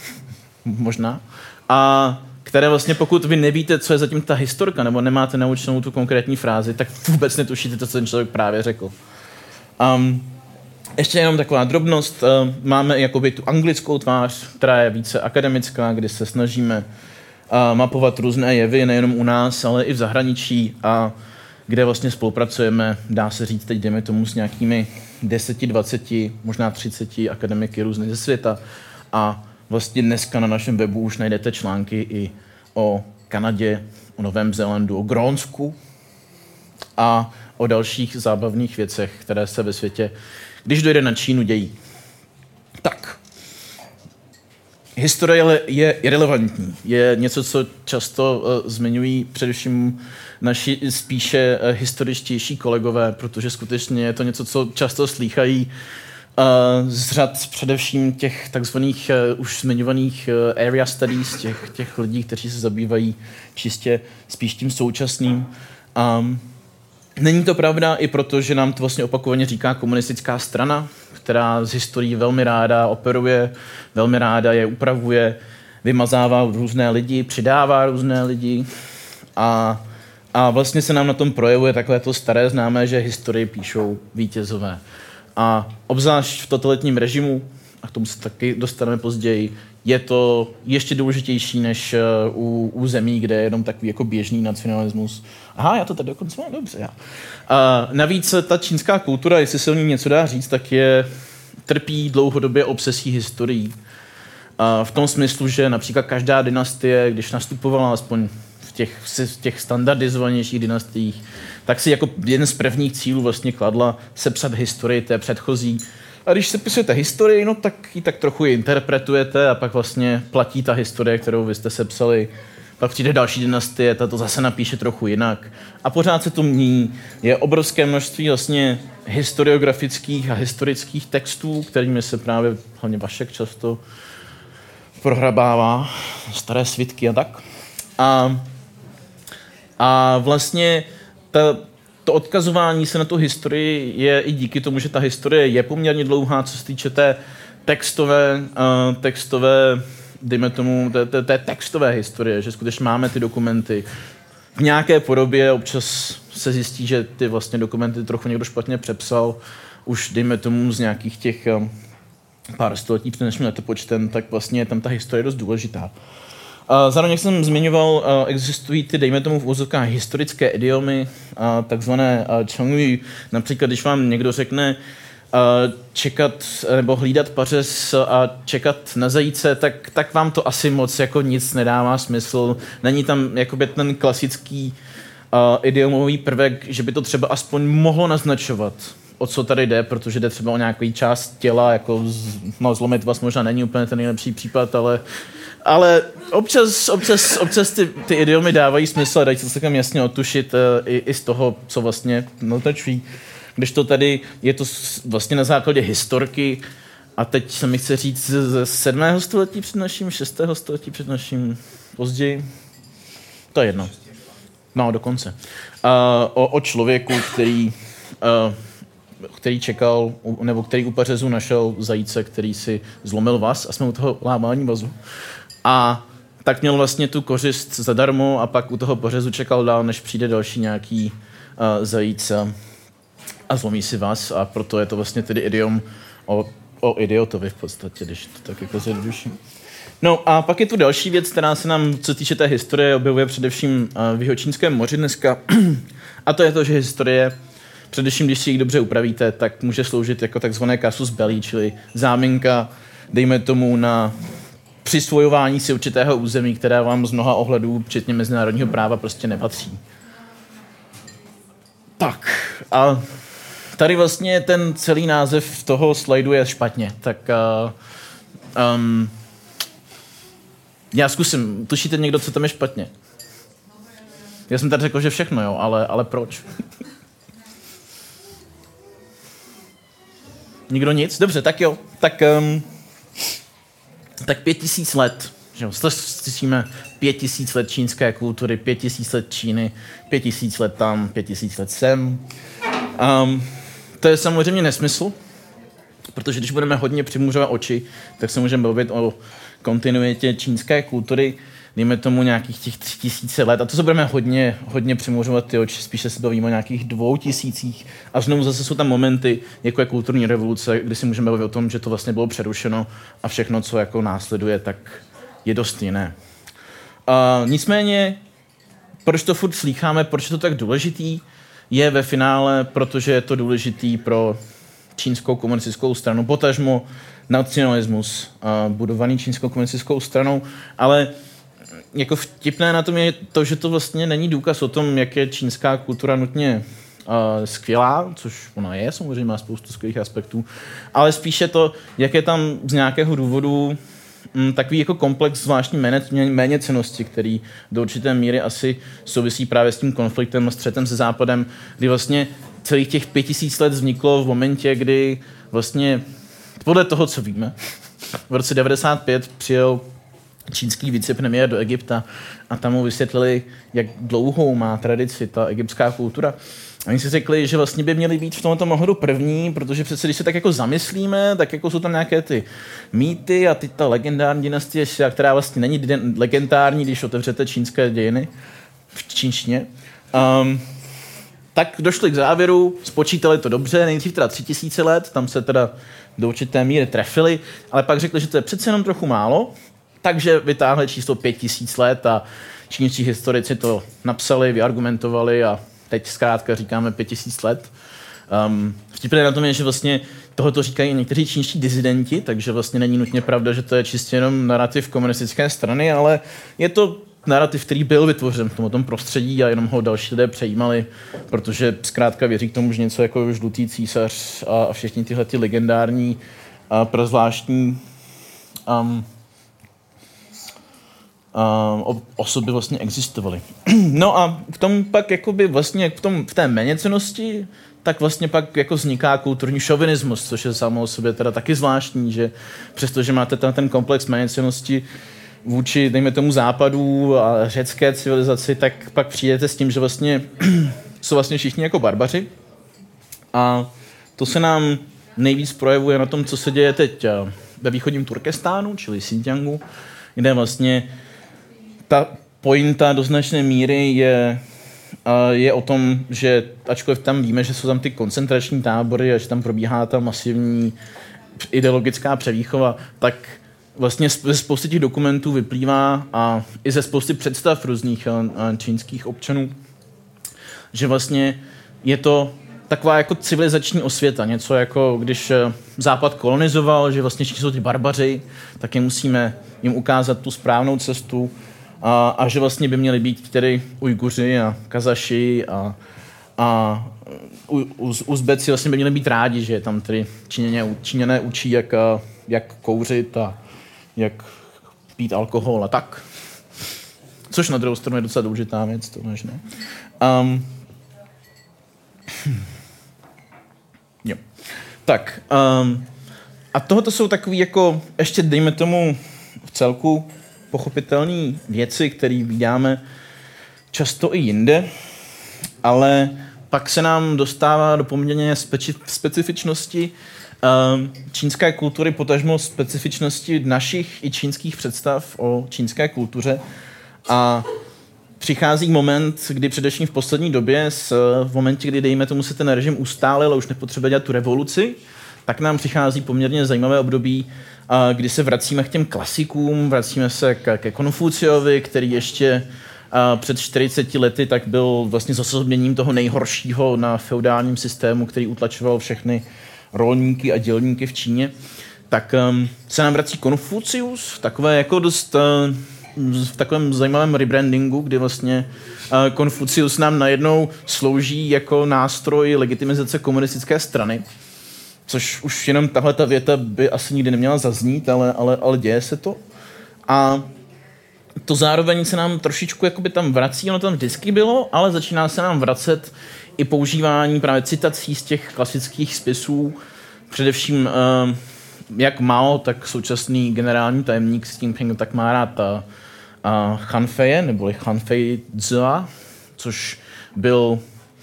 možná, a které vlastně, pokud vy nevíte, co je zatím ta historka, nebo nemáte naučenou tu konkrétní frázi, tak vůbec netušíte to, co ten člověk právě řekl. Um, ještě jenom taková drobnost, uh, máme jakoby tu anglickou tvář, která je více akademická, kdy se snažíme uh, mapovat různé jevy, nejenom u nás, ale i v zahraničí, a kde vlastně spolupracujeme, dá se říct teď, jdeme tomu, s nějakými deseti, dvaceti, možná třiceti akademiky různých ze světa. A vlastně dneska na našem webu už najdete články i o Kanadě, o Novém Zélandu, o Grónsku a o dalších zábavných věcech, které se ve světě, když dojde na Čínu, dějí. Tak. Historie je irelevantní. Je něco, co často uh, zmiňují především naši spíše uh, historičtější kolegové, protože skutečně je to něco, co často slýchají Uh, z řad především těch takzvaných uh, už zmiňovaných uh, area studies, těch, těch lidí, kteří se zabývají čistě spíš tím současným. Um, není to pravda i proto, že nám to vlastně opakovaně říká komunistická strana, která z historií velmi ráda operuje, velmi ráda je upravuje, vymazává různé lidi, přidává různé lidi a, a vlastně se nám na tom projevuje takové to staré známé, že historii píšou vítězové. A obzvlášť v totalitním režimu, a k tomu se taky dostaneme později, je to ještě důležitější než u, u zemí, kde je jenom takový jako běžný nacionalismus. Aha, já to tady dokonce mám dobře. Já. A navíc ta čínská kultura, jestli se o ní něco dá říct, tak je trpí dlouhodobě obsesí historií. A v tom smyslu, že například každá dynastie, když nastupovala aspoň v těch, v těch standardizovanějších dynastiích, tak si jako jeden z prvních cílů vlastně kladla sepsat historii té předchozí. A když sepisujete historii, no tak ji tak trochu interpretujete a pak vlastně platí ta historie, kterou vy jste sepsali. Pak přijde další dynastie, ta to zase napíše trochu jinak. A pořád se to mění. Je obrovské množství vlastně historiografických a historických textů, kterými se právě hlavně Vašek často prohrabává, staré svitky a tak. A, a vlastně ta to odkazování se na tu historii je i díky tomu, že ta historie je poměrně dlouhá, co se týče té textové, uh, textové dejme tomu, té, té, té textové historie, že skutečně máme ty dokumenty v nějaké podobě, občas se zjistí, že ty vlastně dokumenty trochu někdo špatně přepsal, už dejme tomu z nějakých těch um, pár století před naším letopočtem, tak vlastně je tam ta historie dost důležitá. Uh, zároveň, jak jsem zmiňoval, uh, existují ty, dejme tomu v uvozovkách, historické idiomy, uh, takzvané uh, čongyu. Například, když vám někdo řekne uh, čekat nebo hlídat pařez a čekat na zajíce, tak, tak vám to asi moc jako nic nedává smysl. Není tam jakoby ten klasický uh, idiomový prvek, že by to třeba aspoň mohlo naznačovat, o co tady jde, protože jde třeba o nějaký část těla, jako z, no, zlomit vás možná není úplně ten nejlepší případ, ale Ale občas, občas, občas ty, ty idiomy dávají smysl a dají se celkem jasně otušit uh, i, i z toho, co vlastně naznačují. Když to tady je to vlastně na základě historky a teď se mi chce říct ze sedmého století před naším, šestého století před naším, později. To je jedno. No, dokonce. Uh, o, o člověku, který, uh, který čekal, nebo který u pařezu našel zajíce, který si zlomil vaz a jsme u toho lámání vazu. A tak měl vlastně tu kořist zadarmo a pak u toho pařezu čekal dál, než přijde další nějaký uh, zajíc a, a zlomí si vás. A proto je to vlastně tedy idiom o, o idiotovi v podstatě, když to tak jako zjednoduším. No a pak je tu další věc, která se nám, co týče té historie, objevuje především uh, v Jihočínském moři dneska. A to je to, že historie, především když si ji dobře upravíte, tak může sloužit jako takzvané casus belli, čili záminka, dejme tomu, na přisvojování si určitého území, které vám z mnoha ohledů, včetně mezinárodního práva, prostě nepatří. Tak, a tady vlastně ten celý název toho slajdu je špatně, tak uh, um, já zkusím. Tušíte někdo, co tam je špatně? Já jsem tady řekl, že všechno, jo, ale, ale proč? Nikdo nic? Dobře, tak jo. Tak, um, tak pět tisíc let. Že jo, slyšíme pět tisíc let čínské kultury, pět tisíc let Číny, pět tisíc let tam, pět tisíc let sem. Um, to je samozřejmě nesmysl, protože když budeme hodně přimůřovat oči, tak se můžeme bavit o kontinuitě čínské kultury, dejme tomu nějakých těch tři tisíce let, a to se budeme hodně, hodně přimůřovat ty oči, spíše se bavíme o nějakých dvou tisících. A znovu zase jsou tam momenty, jako je kulturní revoluce, kdy si můžeme bavit o tom, že to vlastně bylo přerušeno a všechno, co jako následuje, tak je dost jiné. Uh, nicméně, proč to furt slýcháme, proč je to tak důležitý, je ve finále, protože je to důležitý pro čínskou komunistickou stranu, potažmo nacionalismus uh, budovaný čínskou komunistickou stranou, ale jako vtipné na tom je to, že to vlastně není důkaz o tom, jak je čínská kultura nutně uh, skvělá, což ona je, samozřejmě má spoustu skvělých aspektů, ale spíše to, jak je tam z nějakého důvodu m, takový jako komplex zvláštní méněcennosti, který do určité míry asi souvisí právě s tím konfliktem a střetem se Západem, kdy vlastně celých těch pět tisíc let vzniklo v momentě, kdy vlastně podle toho, co víme, v roce devadesát pět přijel čínský vicepremiér do Egypta a tam mu vysvětlili, jak dlouhou má tradici ta egyptská kultura. A oni si řekli, že vlastně by měli být v tomto ohledu první, protože přece, když se tak jako zamyslíme, tak jako jsou tam nějaké ty mýty a ty ta legendární dynastie, která vlastně není legendární, když otevřete čínské dějiny v čínštině. Um, tak došli k závěru, spočítali to dobře, nejdřív teda tři tisíce let, tam se teda do určité míry trefili, ale pak řekli, že to je přece jenom trochu málo, takže vytáhli číslo pět tisíc let a čínští historici to napsali, vyargumentovali a teď zkrátka říkáme pět tisíc let. Um, vtipné na tom je, že vlastně tohoto říkají někteří čínští disidenti, takže vlastně není nutně pravda, že to je čistě jenom narrativ komunistické strany, ale je to narrativ, který byl vytvořen v tomto prostředí a jenom ho další lidé přejímali, protože zkrátka věří k tomu, že něco jako žlutý císař a všichni tyhle ty legendární a prazvláštní um, um, osoby vlastně existovaly. No a v tom pak jakoby vlastně v, tom, v té méněcennosti tak vlastně pak jako vzniká kulturní šovinismus, což je samo o sobě teda taky zvláštní, že přestože máte tam ten komplex méněcennosti vůči, dejme tomu, západu a řecké civilizaci, tak pak přijdete s tím, že vlastně jsou vlastně všichni jako barbaři. A to se nám nejvíc projevuje na tom, co se děje teď ve východním Turkestánu, čili Xinjiangu, kde vlastně ta pointa do značné míry je, je o tom, že ačkoliv tam víme, že jsou tam ty koncentrační tábory a že tam probíhá ta masivní ideologická převýchova, tak vlastně ze spousty těch dokumentů vyplývá a i ze spousty představ různých čínských občanů, že vlastně je to taková jako civilizační osvěta, něco jako když Západ kolonizoval, že vlastně všichni jsou ty barbaři, tak je musíme jim ukázat tu správnou cestu a, a že vlastně by měli být tedy Ujguři a Kazaši a, a Uz, Uzbeci vlastně by měli být rádi, že tam tedy Číňané, Číňané učí, jak, jak kouřit a jak pít alkohol a tak. Což na druhou stranu je docela důležitá věc, to než ne. Um, jo. Tak. Um, a tohoto jsou takový jako, ještě dejme tomu v celku pochopitelné věci, které vidíme často i jinde, ale pak se nám dostává do poměrně speci- specifičnosti um, čínské kultury, potažmo specifičnosti našich i čínských představ o čínské kultuře. A přichází moment, kdy především v poslední době, s, v momentě, kdy dejme tomu se ten režim ustálil a už nepotřebuje dělat tu revoluci, tak nám přichází poměrně zajímavé období, a, kdy se vracíme k těm klasikům, vracíme se k, ke Konfuciovi, který ještě a, před čtyřiceti lety tak byl vlastně zosobněním toho nejhoršího na feudálním systému, který utlačoval všechny rolníky a dělníky v Číně. Tak um, se nám vrací Konfucius, takové jako dost... Uh, v takovém zajímavém rebrandingu, kdy vlastně Konfucius nám najednou slouží jako nástroj legitimizace komunistické strany, což už jenom tahle ta věta by asi nikdy neměla zaznít, ale, ale, ale děje se to. A to zároveň se nám trošičku jakoby tam vrací, ono tam vždycky bylo, ale začíná se nám vracet i používání právě citací z těch klasických spisů, především jak Mao, tak současný generální tajemník Xi Jinping tak má rád ta a Han Feie, neboli Han Fei Zhao, což byl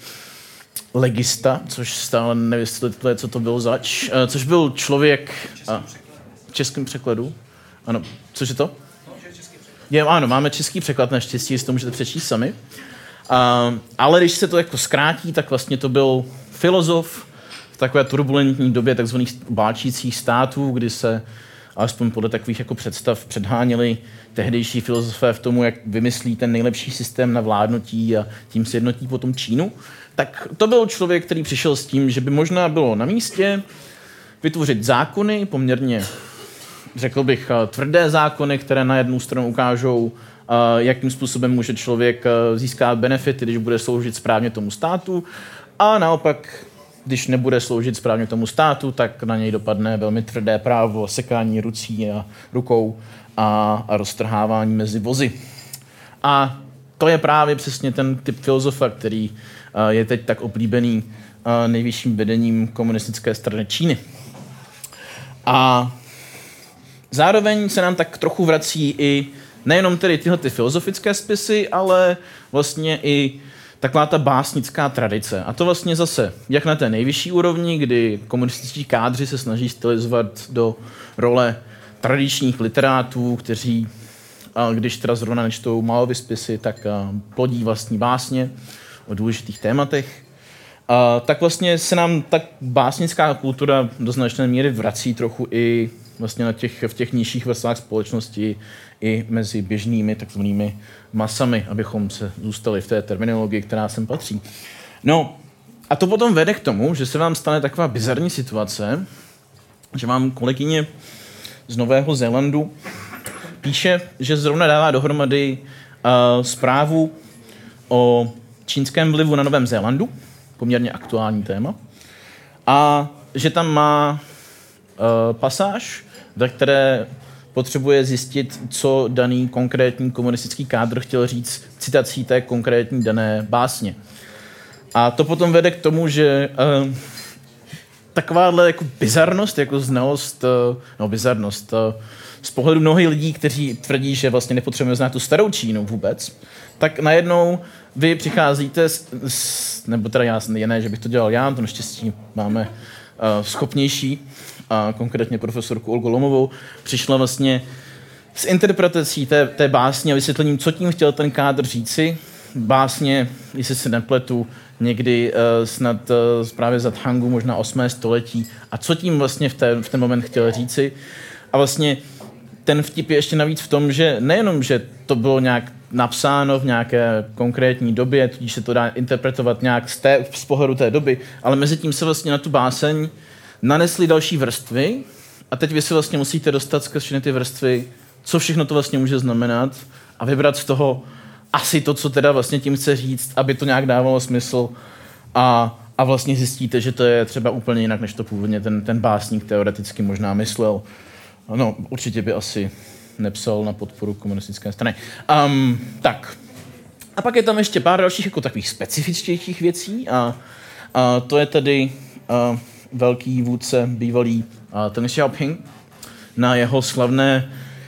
legista, což stále nevysvětluje, co to bylo zač, což byl člověk a, v českém překladu. Ano, což je to? Je, ano, máme český překlad, naštěstí, jestli to můžete přečíst sami. A, ale když se to jako zkrátí, tak vlastně to byl filozof v takové turbulentní době takzvaných válčících států, kdy se alespoň podle takových jako představ předháněli tehdejší filozofé v tomu, jak vymyslí ten nejlepší systém na vládnutí a tím se jednotí potom Čínu. Tak to byl člověk, který přišel s tím, že by možná bylo na místě vytvořit zákony, poměrně, řekl bych, tvrdé zákony, které na jednu stranu ukážou, jakým způsobem může člověk získat benefity, když bude sloužit správně tomu státu, a naopak, když nebude sloužit správně tomu státu, tak na něj dopadne velmi tvrdé právo, sekání rucí a rukou a, a roztrhávání mezi vozy. A to je právě přesně ten typ filozofa, který uh, je teď tak oblíbený uh, nejvyšším vedením komunistické strany Číny. A zároveň se nám tak trochu vrací i nejenom tedy tyhle ty filozofické spisy, ale vlastně i taková ta básnická tradice. A to vlastně zase, jak na té nejvyšší úrovni, kdy komunističtí kádři se snaží stylizovat do role tradičních literátů, kteří, když teda zrovna nečtou Maovy spisy, tak plodí vlastní básně o důležitých tématech. A tak vlastně se nám tak básnická kultura do značné míry vrací trochu i vlastně na těch, v těch nižších vrstvách společnosti i mezi běžnými takzvanými masami, abychom se zůstali v té terminologii, která sem patří. No a to potom vede k tomu, že se vám stane taková bizarní situace, že vám kolegyně z Nového Zélandu píše, že zrovna dává dohromady uh, zprávu o čínském vlivu na Novém Zélandu, poměrně aktuální téma, a že tam má uh, pasáž, ve které potřebuje zjistit, co daný konkrétní komunistický kádr chtěl říct citací té konkrétní dané básně. A to potom vede k tomu, že uh, takováhle jako bizarnost, jako znalost, uh, no bizarnost, uh, z pohledu mnohých lidí, kteří tvrdí, že vlastně nepotřebujeme znát tu starou Čínu vůbec, tak najednou vy přicházíte, s, s, nebo teda já, ne, že bych to dělal já, to naštěstí máme uh, schopnější, a konkrétně profesorku Olgu Lomovou, přišla vlastně s interpretací té, té básně a vysvětlením, co tím chtěl ten kádr říci. Básně, jestli si nepletu, někdy uh, snad uh, právě za Thangu, možná osmé století. A co tím vlastně v, té, v ten moment chtěl říci. A vlastně ten vtip je ještě navíc v tom, že nejenom, že to bylo nějak napsáno v nějaké konkrétní době, tudíž se to dá interpretovat nějak z, té, z pohledu té doby, ale mezi tím se vlastně na tu báseň nanesly další vrstvy a teď vy si vlastně musíte dostat skrz všechny ty vrstvy, co všechno to vlastně může znamenat a vybrat z toho asi to, co teda vlastně tím chce říct, aby to nějak dávalo smysl a, a vlastně zjistíte, že to je třeba úplně jinak, než to původně ten, ten básník teoreticky možná myslel. No, určitě by asi nepsal na podporu komunistické strany. Um, tak. A pak je tam ještě pár dalších jako takových specifičtějších věcí a, a to je tedy a, velký vůdce, bývalý Deng Xiaoping na jeho slavné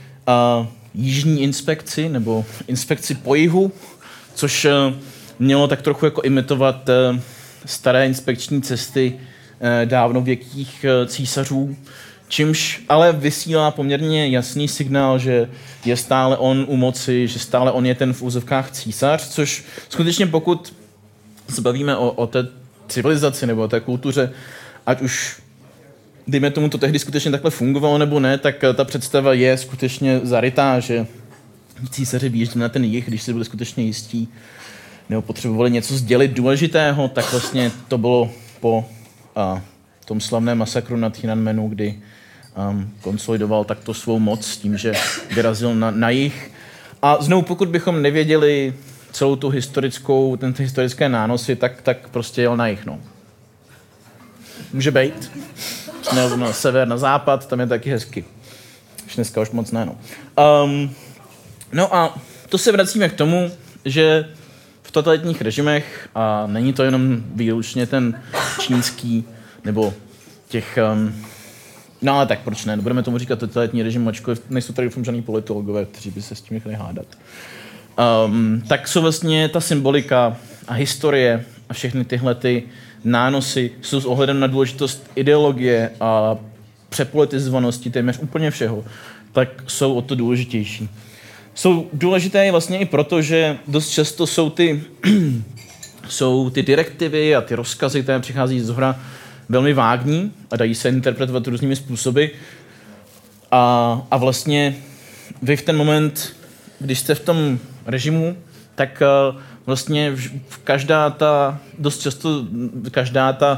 a, jižní inspekci nebo inspekci po jihu, což a, mělo tak trochu jako imitovat a, staré inspekční cesty a, dávnověkých a, císařů, čímž ale vysílá poměrně jasný signál, že je stále on u moci, že stále on je ten v úzovkách císař, což skutečně pokud se bavíme o, o té civilizaci nebo o té kultuře, ať už dejme tomu to tehdy skutečně takhle fungovalo nebo ne, tak ta představa je skutečně zarytá, že císaři vyjíždí na ten jih, když si byli skutečně jistí nebo potřebovali něco sdělit důležitého, tak vlastně to bylo po a, tom slavném masakru na Tiananmenu, kdy um, konsolidoval takto svou moc s tím, že vyrazil na, na jih. A znovu, pokud bychom nevěděli celou tu historickou, ten historické nánosy, tak, tak prostě jel na jih, no. Může být. Měl na sever, na západ, tam je taky hezky. Už dneska už moc ne, no. Um, no a to se vracíme k tomu, že v totalitních režimech, a není to jenom výlučně ten čínský, nebo těch... Um, no ale tak proč ne? Budeme tomu říkat totalitní režim, ačkoliv nejsou tady žádný politologové, kteří by se s tím chtěli hádat. Um, tak jsou vlastně ta symbolika a historie a všechny tyhle ty nánosy jsou s ohledem na důležitost ideologie a přepolitizovanosti téměř úplně všeho, tak jsou o to důležitější. Jsou důležité vlastně i proto, že dost často jsou ty, jsou ty direktivy a ty rozkazy, které přichází zhora, velmi vágní a dají se interpretovat různými způsoby. A, a vlastně vy v ten moment, když jste v tom režimu, tak uh, vlastně v, v každá ta, dost často každá ta,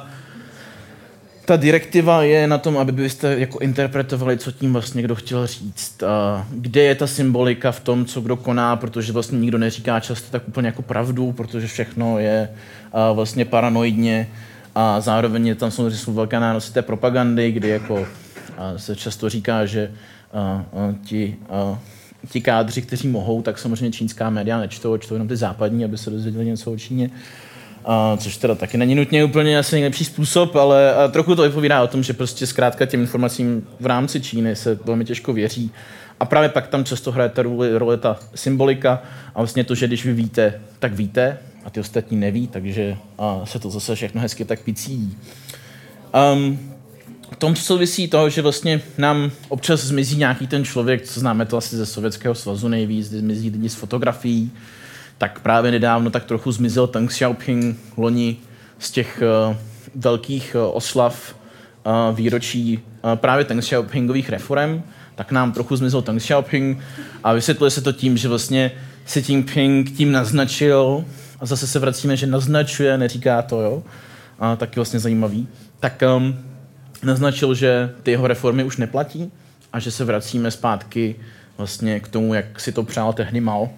ta direktiva je na tom, aby byste jako interpretovali, co tím vlastně kdo chtěl říct. A kde je ta symbolika v tom, co kdo koná, protože vlastně nikdo neříká často tak úplně jako pravdu, protože všechno je uh, vlastně paranoidně. A zároveň tam samozřejmě jsou velké nánosy té propagandy, kdy jako a se často říká, že a, a, ti, a, ti kádři, kteří mohou, tak samozřejmě čínská média nečtou, čtou jenom ty západní, aby se dozvěděli něco o Číně. A, což teda taky není nutně úplně asi nejlepší způsob, ale a trochu to vypovídá o tom, že prostě zkrátka těm informacím v rámci Číny se velmi těžko věří. A právě pak tam často hraje ta role, role ta symbolika a vlastně to, že když vy víte, tak víte, a ty ostatní neví, takže a, se to zase všechno hezky tak picíjí. Um, v tom souvisí to, že vlastně nám občas zmizí nějaký ten člověk, co známe to asi ze Sovětského svazu nejvíc, kdy zmizí lidi z fotografií, tak právě nedávno tak trochu zmizel Deng Xiaoping loni z těch uh, velkých uh, oslav uh, výročí uh, právě Deng Xiaopingových reforem, tak nám trochu zmizel Deng Xiaoping a vysvětluje se to tím, že vlastně Xi Jinping tím naznačil, a zase se vracíme, že naznačuje, neříká to, jo, a taky vlastně zajímavý, tak um, naznačil, že ty jeho reformy už neplatí a že se vracíme zpátky vlastně k tomu, jak si to přál tehdy Mao.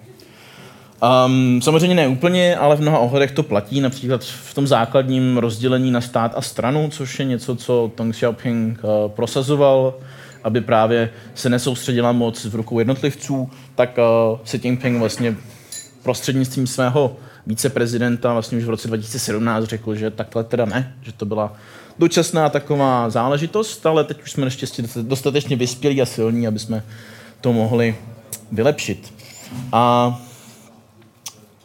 Um, samozřejmě ne úplně, ale v mnoha ohledech to platí, například v tom základním rozdělení na stát a stranu, což je něco, co Deng Xiaoping uh, prosazoval, aby právě se nesoustředila moc v rukou jednotlivců, tak uh, Xi Jinping vlastně prostřednictvím svého viceprezidenta vlastně už v roce dva tisíce sedmnáct řekl, že takhle teda ne, že to byla dočasná taková záležitost, ale teď už jsme naštěstí dostatečně vyspělí a silní, aby jsme to mohli vylepšit. A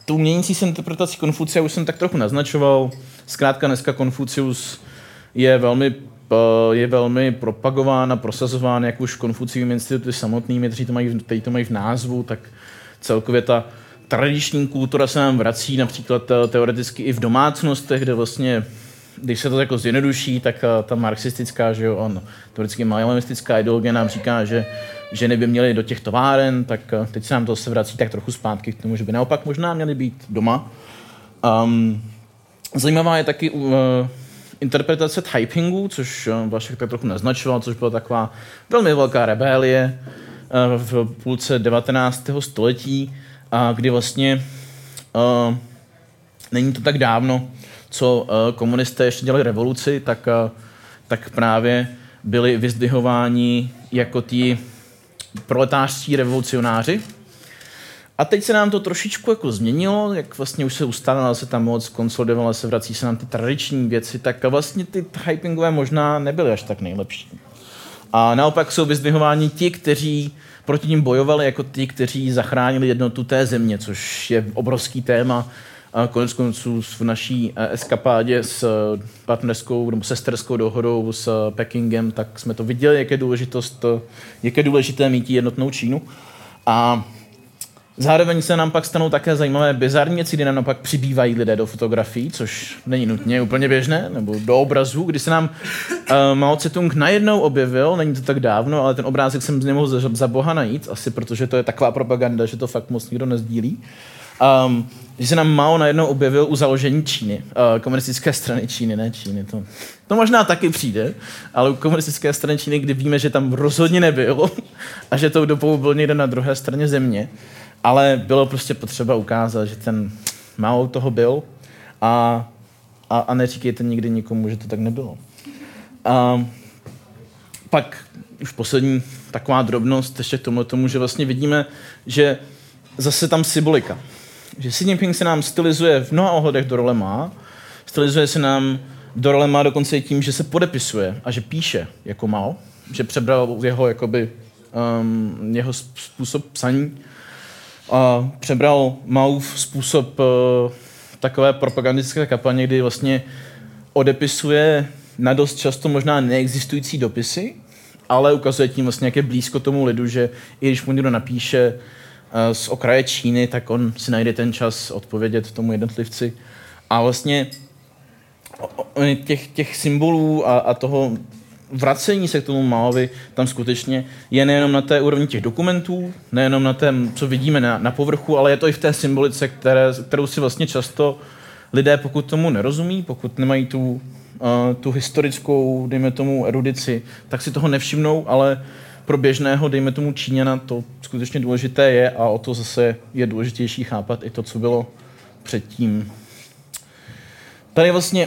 tu měnící se interpretaci Konfucia už jsem tak trochu naznačoval. Zkrátka dneska Konfucius je velmi, je velmi propagován a prosazován, jak už Konfuciovými instituty samotnými, kteří to mají, kteří to mají v názvu, tak celkově ta tradiční kultura se nám vrací například teoreticky i v domácnostech, kde vlastně, když se to jako zjednoduší, tak ta marxistická, že jo, on, teoreticky maoistická ideologie nám říká, že ženy by měly do těch továren, tak teď se nám to se vrací tak trochu zpátky k tomu, že by naopak možná měly být doma. Um, zajímavá je taky uh, interpretace typingu, což uh, Vašek tak trochu naznačoval, což byla taková velmi velká rebelie uh, v půlce devatenáctého století, uh, kdy vlastně uh, není to tak dávno, co uh, komunisté ještě dělali revoluci, tak, uh, tak právě byli vyzdvihováni jako ti proletářští revolucionáři. A teď se nám to trošičku jako změnilo, jak vlastně už se ustálila se tam moc, konsolidovala se, vrací se nám ty tradiční věci, tak vlastně ty hypingové možná nebyly až tak nejlepší. A naopak jsou vyzdvihováni ti, kteří proti ním bojovali, jako ti, kteří zachránili jednotu té země, což je obrovský téma. A konec konců v naší eskapádě s partnerskou nebo sesterskou dohodou s Pekingem, tak jsme to viděli, jak je, důležitost, jak je důležité mít jednotnou Čínu. A zároveň se nám pak stanou také zajímavé bizarní věci, kdy nám naopak přibývají lidé do fotografií, což není nutně úplně běžné, nebo do obrazů, kdy se nám uh, Mao Tse-tung najednou objevil, není to tak dávno, ale ten obrázek jsem nemohl za, za boha najít, asi protože to je taková propaganda, že to fakt moc nikdo nezdílí. Um, že se nám Mao najednou objevil u založení Číny, uh, komunistické strany Číny, ne Číny, to, to možná taky přijde, ale u komunistické strany Číny, kdy víme, že tam rozhodně nebyl a že tou dobou byl někde na druhé straně země, ale bylo prostě potřeba ukázat, že ten Mao toho byl a, a, a neříkejte nikdy nikomu, že to tak nebylo. Um, pak už poslední taková drobnost ještě k tomu, tomu, že vlastně vidíme, že zase tam symbolika. Že Xi Jinping se nám stylizuje v mnoha ohledech do role Mao, stylizuje se nám do role Mao dokonce i tím, že se podepisuje a že píše jako Mao, že přebral jeho, jakoby, um, jeho způsob psaní, a přebral Mao způsob uh, takové propagandistické kampaně, kdy vlastně odepisuje na dost často možná neexistující dopisy, ale ukazuje tím vlastně, jak je blízko tomu lidu, že i když mu někdo napíše z okraje Číny, tak on si najde ten čas odpovědět tomu jednotlivci. A vlastně těch, těch symbolů a, a toho vracení se k tomu Maovi tam skutečně je nejenom na té úrovni těch dokumentů, nejenom na tom, co vidíme na, na povrchu, ale je to i v té symbolice, které, kterou si vlastně často lidé, pokud tomu nerozumí, pokud nemají tu, uh, tu historickou, dejme tomu, erudici, tak si toho nevšimnou, ale pro běžného, dejme tomu Číňana, to skutečně důležité je a o to zase je důležitější chápat i to, co bylo předtím. Tady vlastně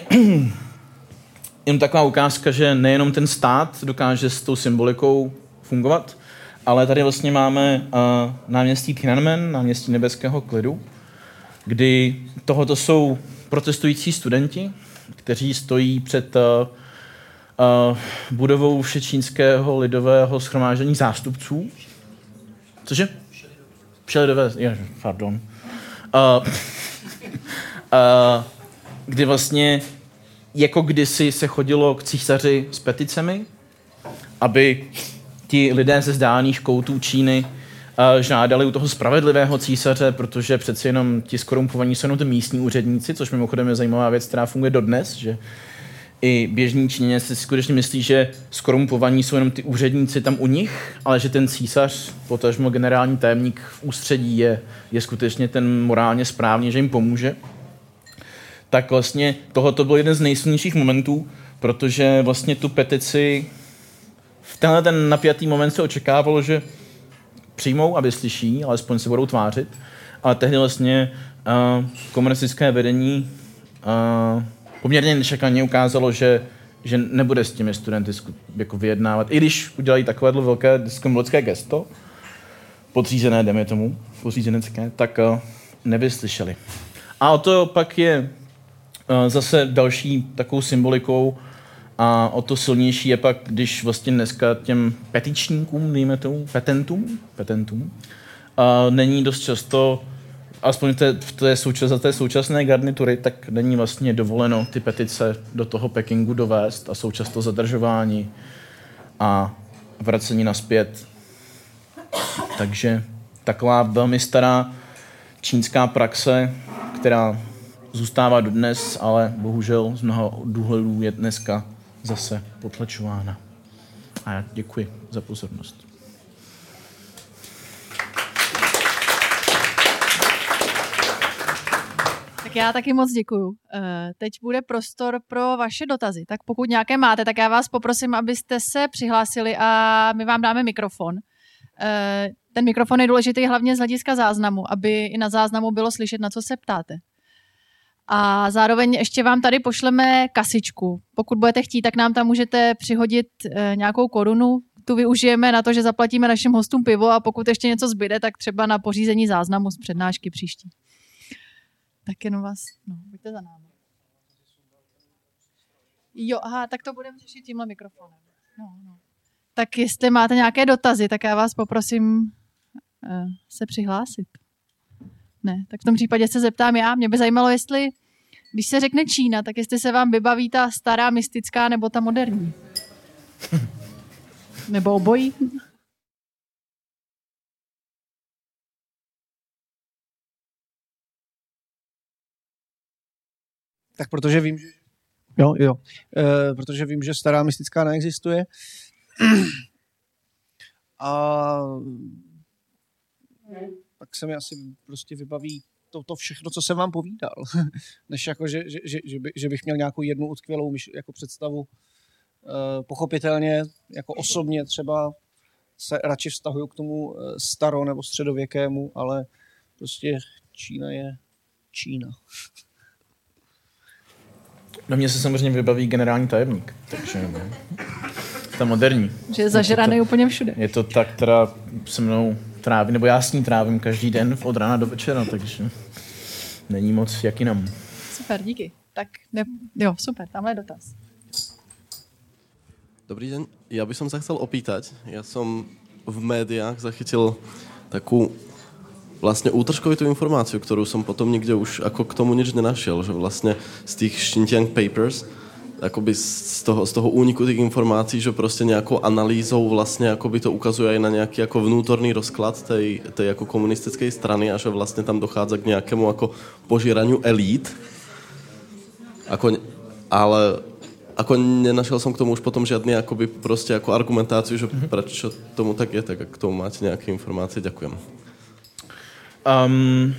jen taková ukázka, že nejenom ten stát dokáže s tou symbolikou fungovat, ale tady vlastně máme uh, náměstí Tiananmen, náměstí nebeského klidu, kdy tohoto jsou protestující studenti, kteří stojí před uh, Uh, budovou Všečínského lidového shromáždění zástupců. Cože? Všelidové, je, pardon. Uh, uh, kdy vlastně jako kdysi se chodilo k císaři s peticemi, aby ti lidé ze vzdálených koutů Číny uh, žádali u toho spravedlivého císaře, protože přeci jenom ti skorumpovaní jsou jenom ty místní úředníci, což mimochodem je zajímavá věc, která funguje dodnes, že i běžní Číňané si skutečně myslí, že skorumpovaní jsou jenom ty úředníci tam u nich, ale že ten císař, potažmo generální tajemník v ústředí je, je skutečně ten morálně správný, že jim pomůže. Tak vlastně tohoto byl jeden z nejsilnějších momentů, protože vlastně tu petici v tenhle ten napjatý moment se očekávalo, že přijmou a vyslyší, alespoň se budou tvářit, ale tehdy vlastně uh, komunistické vedení uh, poměrně nečekaně ukázalo, že, že nebude s těmi studenty jako vyjednávat. I když udělají takovéhle velké symbolické gesto, podřízené, jdeme tomu, podřízenecké, tak uh, nevyslyšeli. A o to pak je uh, zase další takovou symbolikou a o to silnější je pak, když vlastně dneska těm petičníkům, dejme tomu, petentům, petentům uh, není dost často aspoň v té, v té, součas, za té současné garnitury, tak není vlastně dovoleno ty petice do toho Pekingu dovést a jsou často zadržování a vracení nazpět. Takže taková velmi stará čínská praxe, která zůstává dodnes, ale bohužel z mnoha důhledů je dneska zase potlačována. A já děkuji za pozornost. Tak já taky moc děkuju. Teď bude prostor pro vaše dotazy. Tak pokud nějaké máte, tak já vás poprosím, abyste se přihlásili a my vám dáme mikrofon. Ten mikrofon je důležitý hlavně z hlediska záznamu, aby i na záznamu bylo slyšet, na co se ptáte. A zároveň ještě vám tady pošleme kasičku. Pokud budete chtít, tak nám tam můžete přihodit nějakou korunu. Tu využijeme na to, že zaplatíme našim hostům pivo a pokud ještě něco zbyde, tak třeba na pořízení záznamu z přednášky příští. Tak jenom vás, no, buďte za námi. Jo, aha, tak to budeme řešit tímhle mikrofonem. No, no. Tak jestli máte nějaké dotazy, tak já vás poprosím uh, se přihlásit. Ne, tak v tom případě se zeptám já. Mě by zajímalo, jestli, když se řekne Čína, tak jestli se vám vybaví ta stará mystická nebo ta moderní. Nebo obojí. Tak protože vím, že... Jo, jo. E, protože vím, že stará mystická neexistuje. A tak se mi asi prostě vybaví to, to všechno, co jsem vám povídal. Než jako, že, že, že, že, by, že bych měl nějakou jednu utkvělou myš, jako představu. E, pochopitelně, jako osobně třeba se radši vztahuju k tomu staro- nebo středověkému, ale prostě Čína je Čína. Na mě se samozřejmě vybaví generální tajemník, takže ta moderní. Že je zažraný to, úplně všude. Je to ta, která se mnou tráví, nebo já s ní trávím každý den od rána do večera, takže není moc jak jinam. Super, díky. Tak ne, jo, super, tamhle je dotaz. Dobrý deň, ja by som sa chcel opýtať. Ja som v médiách zachytil takú vlastne útržkovitú informáciu, ktorú som potom nikde už ako k tomu nič nenašiel, že vlastne z tých Xinjiang Papers, akoby z toho, z toho úniku tých informácií, že proste nejakou analýzou vlastne akoby to ukazuje aj na nejaký ako vnútorný rozklad tej, tej ako komunistickej strany a že vlastne tam dochádza k nejakému ako požíraniu elít. Ako, ale ako nenašiel som k tomu už potom žiadny akoby proste ako argumentáciu, že mm-hmm. prečo tomu tak je, tak ak k tomu máte nejaké informácie, ďakujem. Um,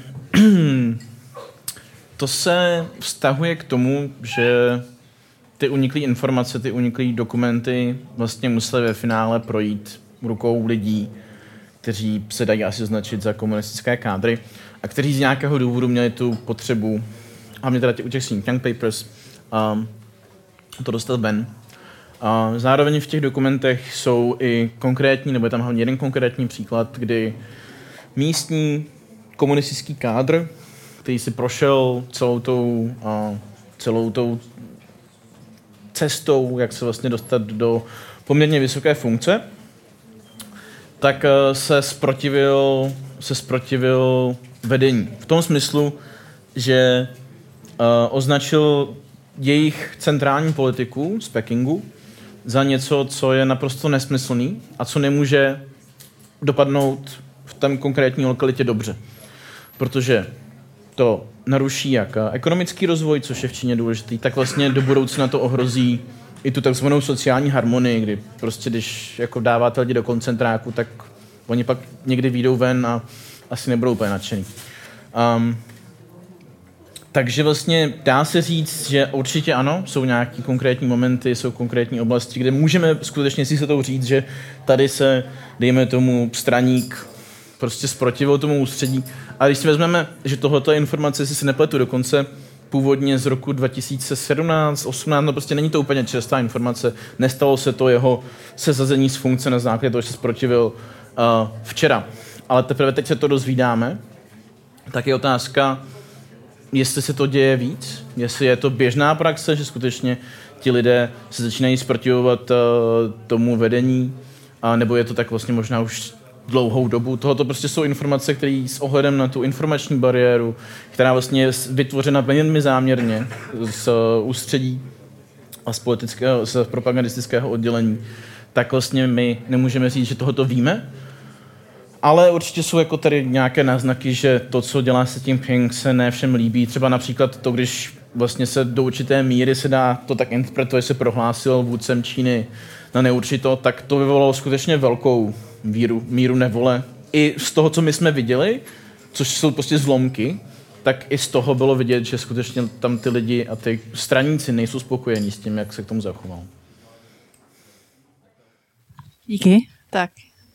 to se vztahuje k tomu, že ty uniklé informace, ty uniklé dokumenty vlastně musely ve finále projít rukou lidí, kteří se dají asi označit za komunistické kádry a kteří z nějakého důvodu měli tu potřebu, hlavně teda u těch Xinjiang Papers, um, to dostat ven. A zároveň v těch dokumentech jsou i konkrétní, nebo je tam hlavně jeden konkrétní příklad, kdy místní komunistický kádr, který si prošel celou tou, uh, celou tou cestou, jak se vlastně dostat do poměrně vysoké funkce, tak uh, se zprotivil, se zprotivil vedení. V tom smyslu, že uh, označil jejich centrální politiku z Pekingu za něco, co je naprosto nesmyslný a co nemůže dopadnout v tom konkrétní lokalitě dobře. Protože to naruší jak ekonomický rozvoj, což je v Číně důležitý, tak vlastně do budoucna to ohrozí i tu takzvanou sociální harmonii, kdy prostě když jako dáváte lidi do koncentráku, tak oni pak někdy vyjdou ven a asi nebudou úplně nadšený. Um, takže vlastně dá se říct, že určitě ano, jsou nějaké konkrétní momenty, jsou konkrétní oblasti, kde můžeme skutečně si se to říct, že tady se, dejme tomu, straník prostě zprotivil tomu ústředí. A když si vezmeme, že tohleto je informace, jestli si nepletu dokonce, původně z roku dva tisíce sedmnáct osmnáct, no prostě není to úplně čerstvá informace, nestalo se to jeho sezazení z funkce na základě toho, že se zprotivil uh, včera. Ale teprve teď se to dozvídáme, tak je otázka, jestli se to děje víc, jestli je to běžná praxe, že skutečně ti lidé se začínají zprotivovat uh, tomu vedení, a nebo je to tak vlastně možná už dlouhou dobu. Tohoto prostě jsou informace, které s ohledem na tu informační bariéru, která vlastně je vytvořena velmi záměrně z ústředí a z politického, z propagandistického oddělení, tak vlastně my nemůžeme říct, že tohoto víme, ale určitě jsou jako tady nějaké náznaky, že to, co dělá Xi Jinping, se ne všem líbí. Třeba například to, když vlastně se do určité míry se dá to tak interpretovat, že se prohlásil vůdcem Číny na neurčito, tak to vyvolalo skutečně velkou víru, míru nevole. I z toho, co my jsme viděli, což jsou prostě zlomky, tak i z toho bylo vidět, že skutečně tam ty lidi a ty straníci nejsou spokojení s tím, jak se k tomu zachoval. Díky. Tak.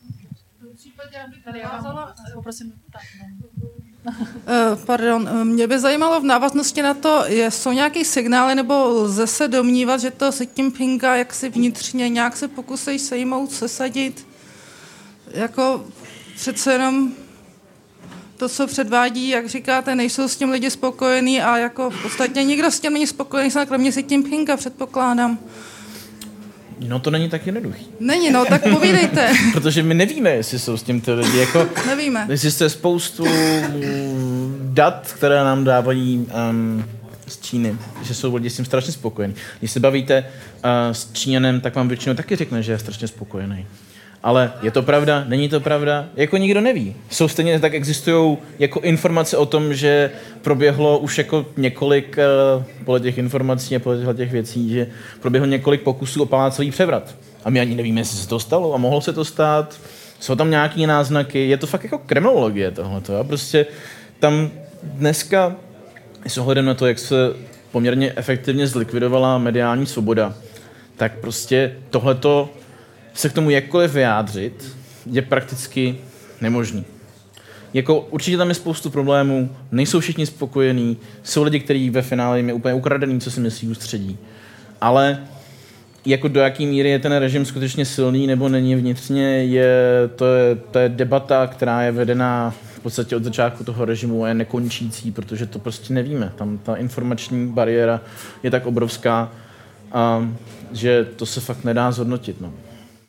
Pardon, mě by zajímalo v návaznosti na to, jsou nějaké signály, nebo lze se domnívat, že to Xi Jinpinga jak si vnitřně nějak se pokusí sejmout, sesadit, jako přece jenom to, co předvádí, jak říkáte, nejsou s tím lidi spokojení a jako v podstatě nikdo s tím není spokojený, kromě Xi Jinpinga, předpokládám. No to není tak jednoduchý. Není, no, tak povídejte. Protože my nevíme, jestli jsou s tím ty lidi. Jako, nevíme. Existuje spoustu dat, které nám dávají um, z Číny, že jsou lidi s tím strašně spokojení. Když se bavíte uh, s Číňanem, tak vám většinou taky řekne, že je strašně spokojený. Ale je to pravda, není to pravda, jako nikdo neví. Jsou stejně tak existují jako informace o tom, že proběhlo už jako několik uh, podle těch informací a podle těch věcí, že proběhlo několik pokusů o palácový převrat. A my ani nevíme, jestli se to stalo a mohlo se to stát. Jsou tam nějaké náznaky, je to fakt jako kriminologie tohleto. A prostě tam dneska, s ohledem na to, jak se poměrně efektivně zlikvidovala mediální svoboda, tak prostě tohleto se k tomu jakkoliv vyjádřit je prakticky nemožný. Jako určitě tam je spoustu problémů, nejsou všichni spokojení, jsou lidi, kteří ve finále jim je úplně ukradený, co si myslí ústředí. Ale jako do jaký míry je ten režim skutečně silný nebo není vnitřně, je, to, je, to je debata, která je vedená v podstatě od začátku toho režimu a je nekončící, protože to prostě nevíme. Tam ta informační bariéra je tak obrovská, a, že to se fakt nedá zhodnotit. No.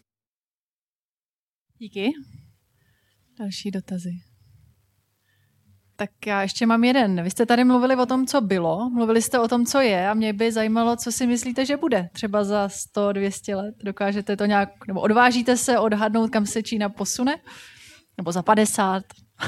Díky. Další dotazy. Tak já ještě mám jeden. Vy jste tady mluvili o tom, co bylo, mluvili jste o tom, co je a mě by zajímalo, co si myslíte, že bude. Třeba za sto, dvě stě let. Dokážete to nějak, nebo odvážíte se odhadnout, kam se Čína posune? Nebo za padesát?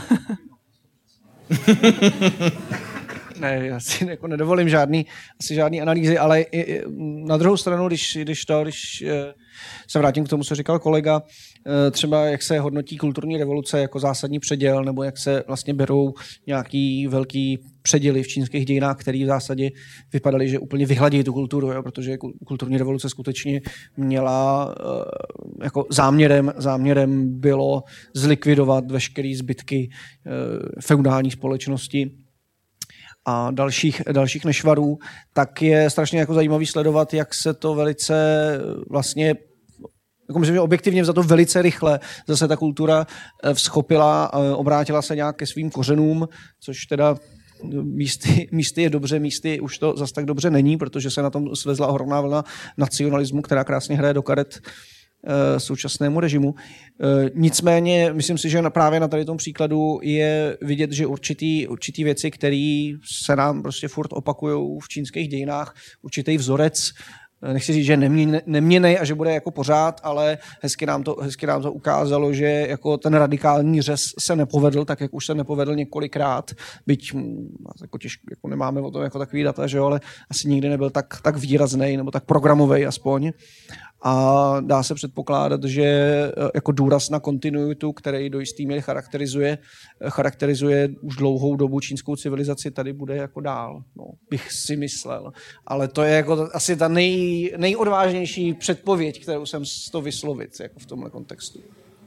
Ne, já si jako nedovolím žádný, asi žádný analýzy, ale i, i, na druhou stranu, když, když to, když se vrátím k tomu, co říkal kolega, třeba jak se hodnotí kulturní revoluce jako zásadní předěl, nebo jak se vlastně berou nějaký velký předěly v čínských dějinách, které v zásadě vypadaly, že úplně vyhladí tu kulturu, jo, protože kulturní revoluce skutečně měla jako záměrem, záměrem bylo zlikvidovat veškeré zbytky feudální společnosti a dalších, dalších nešvarů, tak je strašně jako zajímavý sledovat, jak se to velice vlastně, jako myslím, že objektivně za to velice rychle zase ta kultura vzchopila, obrátila se nějak ke svým kořenům, což teda místy, místy je dobře, místy už to zase tak dobře není, protože se na tom svezla ohromná vlna nacionalismu, která krásně hraje do karet současnému režimu. Nicméně myslím si, že právě na tady tom příkladu je vidět, že určitý, určitý věci, které se nám prostě furt opakujou v čínských dějinách, určitý vzorec, nechci říct, že neměnej a že bude jako pořád, ale hezky nám to, hezky nám to ukázalo, že jako ten radikální řez se nepovedl, tak jak už se nepovedl několikrát, byť jako těžko, jako nemáme o tom jako takový data, že jo, ale asi nikdy nebyl tak, tak výrazný nebo tak programový aspoň. A dá se předpokládat, že jako důraz na kontinuitu, který do jistý míry charakterizuje, charakterizuje už dlouhou dobu čínskou civilizaci, tady bude jako dál, no, bych si myslel. Ale to je jako asi ta nej, nejodvážnější předpověď, kterou jsem z toho vyslovit jako v tomhle kontextu.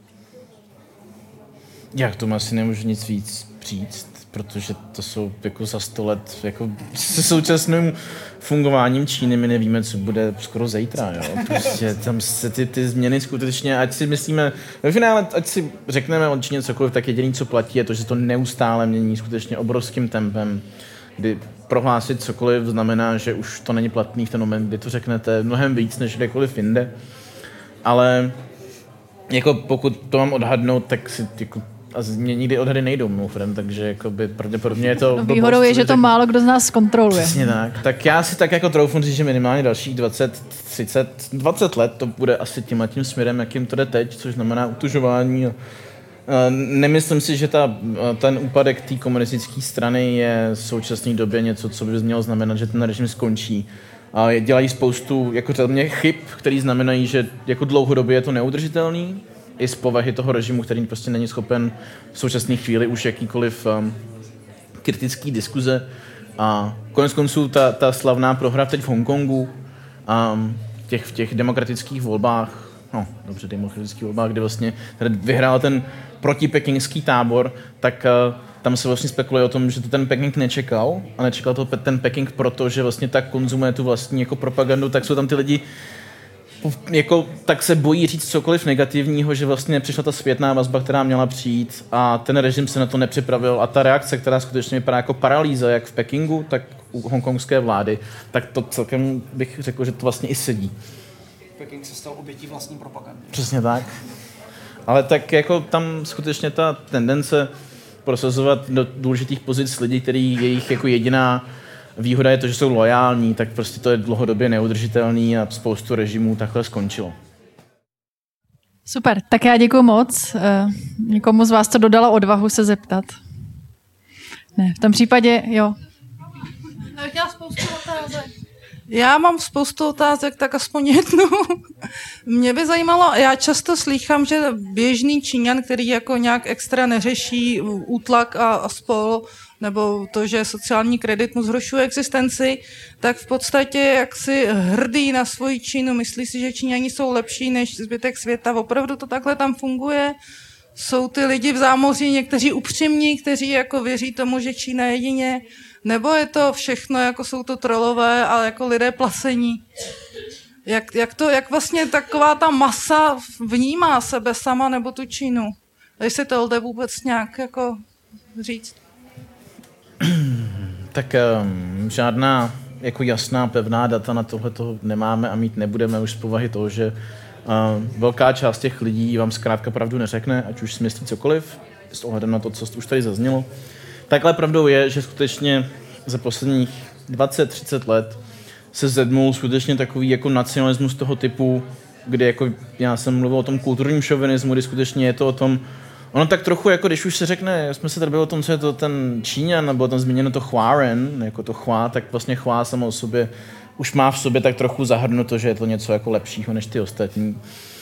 Já k tomu asi nemůžu nic víc říct, protože to jsou jako za sto let, jako se současným fungováním Číny my nevíme, co bude skoro zítra, jo. Prostě tam se ty, ty změny skutečně, ať si myslíme, ve finále, ať si řekneme o Číně cokoliv, tak jediný, co platí, je to, že to neustále mění skutečně obrovským tempem, kdy prohlásit cokoliv znamená, že už to není platný v ten moment, kdy to řeknete mnohem víc, než kdekoliv jinde. Ale jako pokud to mám odhadnout, tak si jako, a mě nikdy odhady nejdou mimochodem, takže jakoby pravděpodobně je to... No, výhodou je, že to málo kdo z nás zkontroluje. Přesně tak. Tak já si tak jako troufnu říct, že minimálně dalších dvacet, třicet, dvacet let to bude asi tím a tím směrem, jakým to jde teď, což znamená utužování. A, a nemyslím si, že ta, ten úpadek té komunistické strany je v současné době něco, co by mělo znamenat, že ten režim skončí. A dělají spoustu jako mě chyb, které znamenají, že jako dlouhodobě je to neudržitelný, i z povahy toho režimu, který prostě není schopen v současné chvíli už jakýkoliv um, kritický diskuze. A konec konců ta, ta slavná prohra teď v Hongkongu, um, těch, v těch demokratických volbách, no dobře, demokratických volbách, kde vlastně vyhrál ten protipekingský tábor, tak uh, tam se vlastně spekuluje o tom, že to ten Peking nečekal a nečekal to ten Peking proto, že vlastně tak konzumuje tu vlastní jako propagandu, tak jsou tam ty lidi jako, tak se bojí říct cokoliv negativního, že vlastně přišla ta zpětná vazba, která měla přijít a ten režim se na to nepřipravil a ta reakce, která skutečně vypadá jako paralýza, jak v Pekingu, tak u hongkongské vlády, tak to celkem bych řekl, že to vlastně i sedí. Peking se stal obětí vlastní propagandy. Přesně tak. Ale tak jako tam skutečně ta tendence prosazovat do důležitých pozic lidí, který jejich jako jediná výhoda je to, že jsou loajální, tak prostě to je dlouhodobě neudržitelný a spoustu režimů takhle skončilo. Super, tak já děkuju moc. Někomu z vás to dodalo odvahu se zeptat? Ne, v tom případě jo. Já spoustu otázek. Já mám spoustu otázek, tak aspoň jednu. Mě by zajímalo, já často slýchám, že běžný Číňan, který jako nějak extra neřeší útlak a, a spol, nebo to, že sociální kredit mu zhoršuje existenci, tak v podstatě jaksi hrdý na svoji Čínu, myslí si, že Číňani jsou lepší než zbytek světa. Opravdu to takhle tam funguje? Jsou ty lidi v zámoří někteří upřímní, kteří jako věří tomu, že Čína je jedině, nebo je to všechno, jako jsou to trolové, ale jako lidé placení? Jak, jak, to, jak vlastně taková ta masa vnímá sebe sama nebo tu Čínu? Jestli to lze vůbec nějak jako říct? Tak um, žádná jako jasná, pevná data na tohle toho nemáme a mít nebudeme už z povahy toho, že uh, velká část těch lidí vám zkrátka pravdu neřekne, ať už si myslí cokoliv, s ohledem na to, co už tady zaznělo. Takhle pravdou je, že skutečně za posledních dvacet třicet let se zedmul skutečně takový jako nacionalismus toho typu, kdy jako já jsem mluvil o tom kulturním šovinismu, kdy skutečně je to o tom, ono tak trochu, jako když už se řekne, jsme se tady byli o tom, co je to ten Číňan, nebo tam zmíněno to Huaren, jako to Hua, tak vlastně Hua samo o sobě už má v sobě tak trochu zahrnuto, že je to něco jako lepšího než ty ostatní.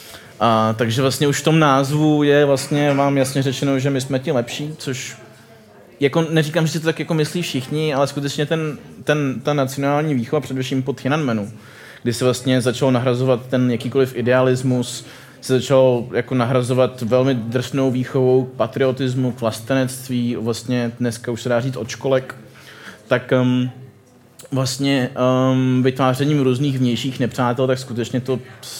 A, takže vlastně už v tom názvu je vlastně vám jasně řečeno, že my jsme ti lepší, což jako neříkám, že si to tak jako myslí všichni, ale skutečně ten, ten, ta nacionální výchova především po Tiananmenu, kdy se vlastně začal nahrazovat ten jakýkoliv idealismus, se začal jako nahrazovat velmi drsnou výchovou patriotismu, k vlastenectví, vlastně dneska už se dá říct od školek, tak um, vlastně um, vytvářením různých vnějších nepřátel, tak skutečně to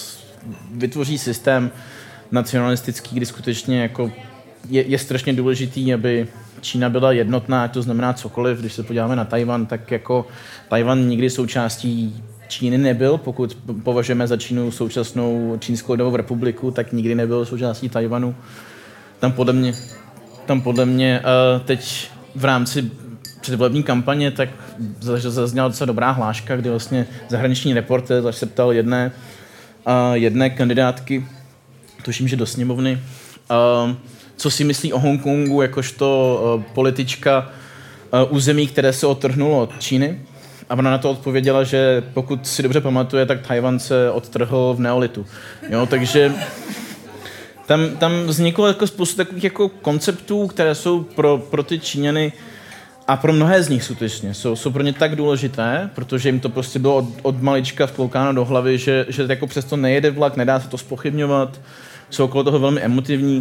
vytvoří systém nacionalistický, kdy skutečně jako je, je strašně důležitý, aby Čína byla jednotná, to znamená cokoliv. Když se podíváme na Tajvan, tak jako Tajvan nikdy součástí Číny nebyl, pokud považujeme za Čínu současnou Čínskou lidovou republiku, tak nikdy nebyl součástí Tajvanu. Tam podle mě, tam podle mě uh, teď v rámci předvolební kampaně tak zazněla docela dobrá hláška, kdy vlastně zahraniční reportér se ptal jedné, uh, jedné kandidátky, tuším, že do sněmovny, uh, co si myslí o Hongkongu jakožto uh, politička uh, území, které se odtrhnulo od Číny. A ona na to odpověděla, že pokud si dobře pamatuje, tak Tajvan se odtrhl v neolitu. Jo, takže tam, tam vzniklo jako spoustu takových jako konceptů, které jsou pro, pro ty Číňany a pro mnohé z nich skutečně jsou, jsou pro ně tak důležité, protože jim to prostě bylo od, od malička vtloukáno do hlavy, že, že jako přesto nejede vlak, nedá se to zpochybňovat, jsou okolo toho velmi emotivní.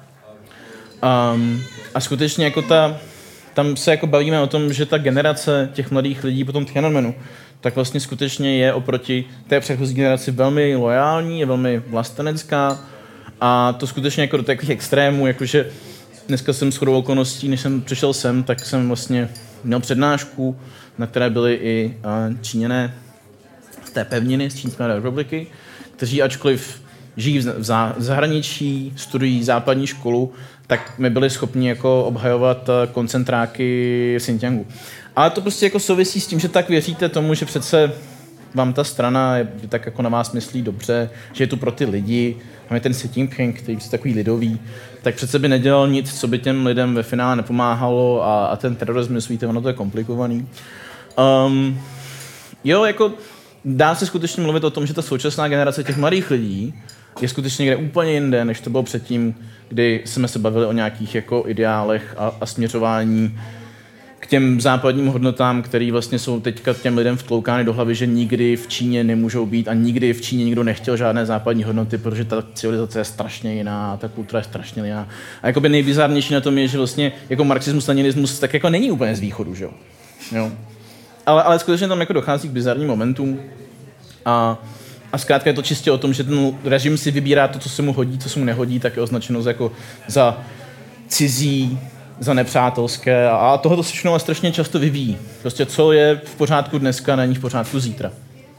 Um, a skutečně jako ta tam se jako bavíme o tom, že ta generace těch mladých lidí po tom Tiananmenu, tak vlastně skutečně je oproti té předchozí generaci velmi loajální, je velmi vlastenecká a to skutečně jako do takových extrémů, jakože dneska jsem shodou okolností, než jsem přišel sem, tak jsem vlastně měl přednášku, na které byli i Číňané z té pevniny, z Čínské republiky, kteří ačkoliv žijí v zahraničí, studují západní školu, tak my byli schopni jako obhajovat koncentráky v Xinjiangu. Ale to prostě jako souvisí s tím, že tak věříte tomu, že přece vám ta strana je, tak jako na vás myslí dobře, že je tu pro ty lidi, máme ten Xi Jinping, který je takový lidový, tak přece by nedělal nic, co by těm lidem ve finále nepomáhalo a, a ten terorismus, víte, ono to je komplikovaný. Um, jo, jako dá se skutečně mluvit o tom, že ta současná generace těch mladých lidí je skutečně někde úplně jinde, než to bylo předtím, kdy jsme se bavili o nějakých jako ideálech a, a směřování k těm západním hodnotám, které vlastně jsou teďka těm lidem vtloukány do hlavy, že nikdy v Číně nemůžou být a nikdy v Číně nikdo nechtěl žádné západní hodnoty, protože ta civilizace je strašně jiná, ta kultura je strašně jiná. A jakoby nejbizarnější na tom je, že vlastně jako marxismus, leninismus tak jako není úplně z východu, že jo. jo. Ale, ale skutečně tam jako dochází k bizarním momentům a, a zkrátka je to čistě o tom, že ten režim si vybírá to, co se mu hodí, co se mu nehodí, tak je označeno jako za cizí, za nepřátelské a tohle se všechno strašně často vyvíjí. Prostě co je v pořádku dneska, není v pořádku zítra.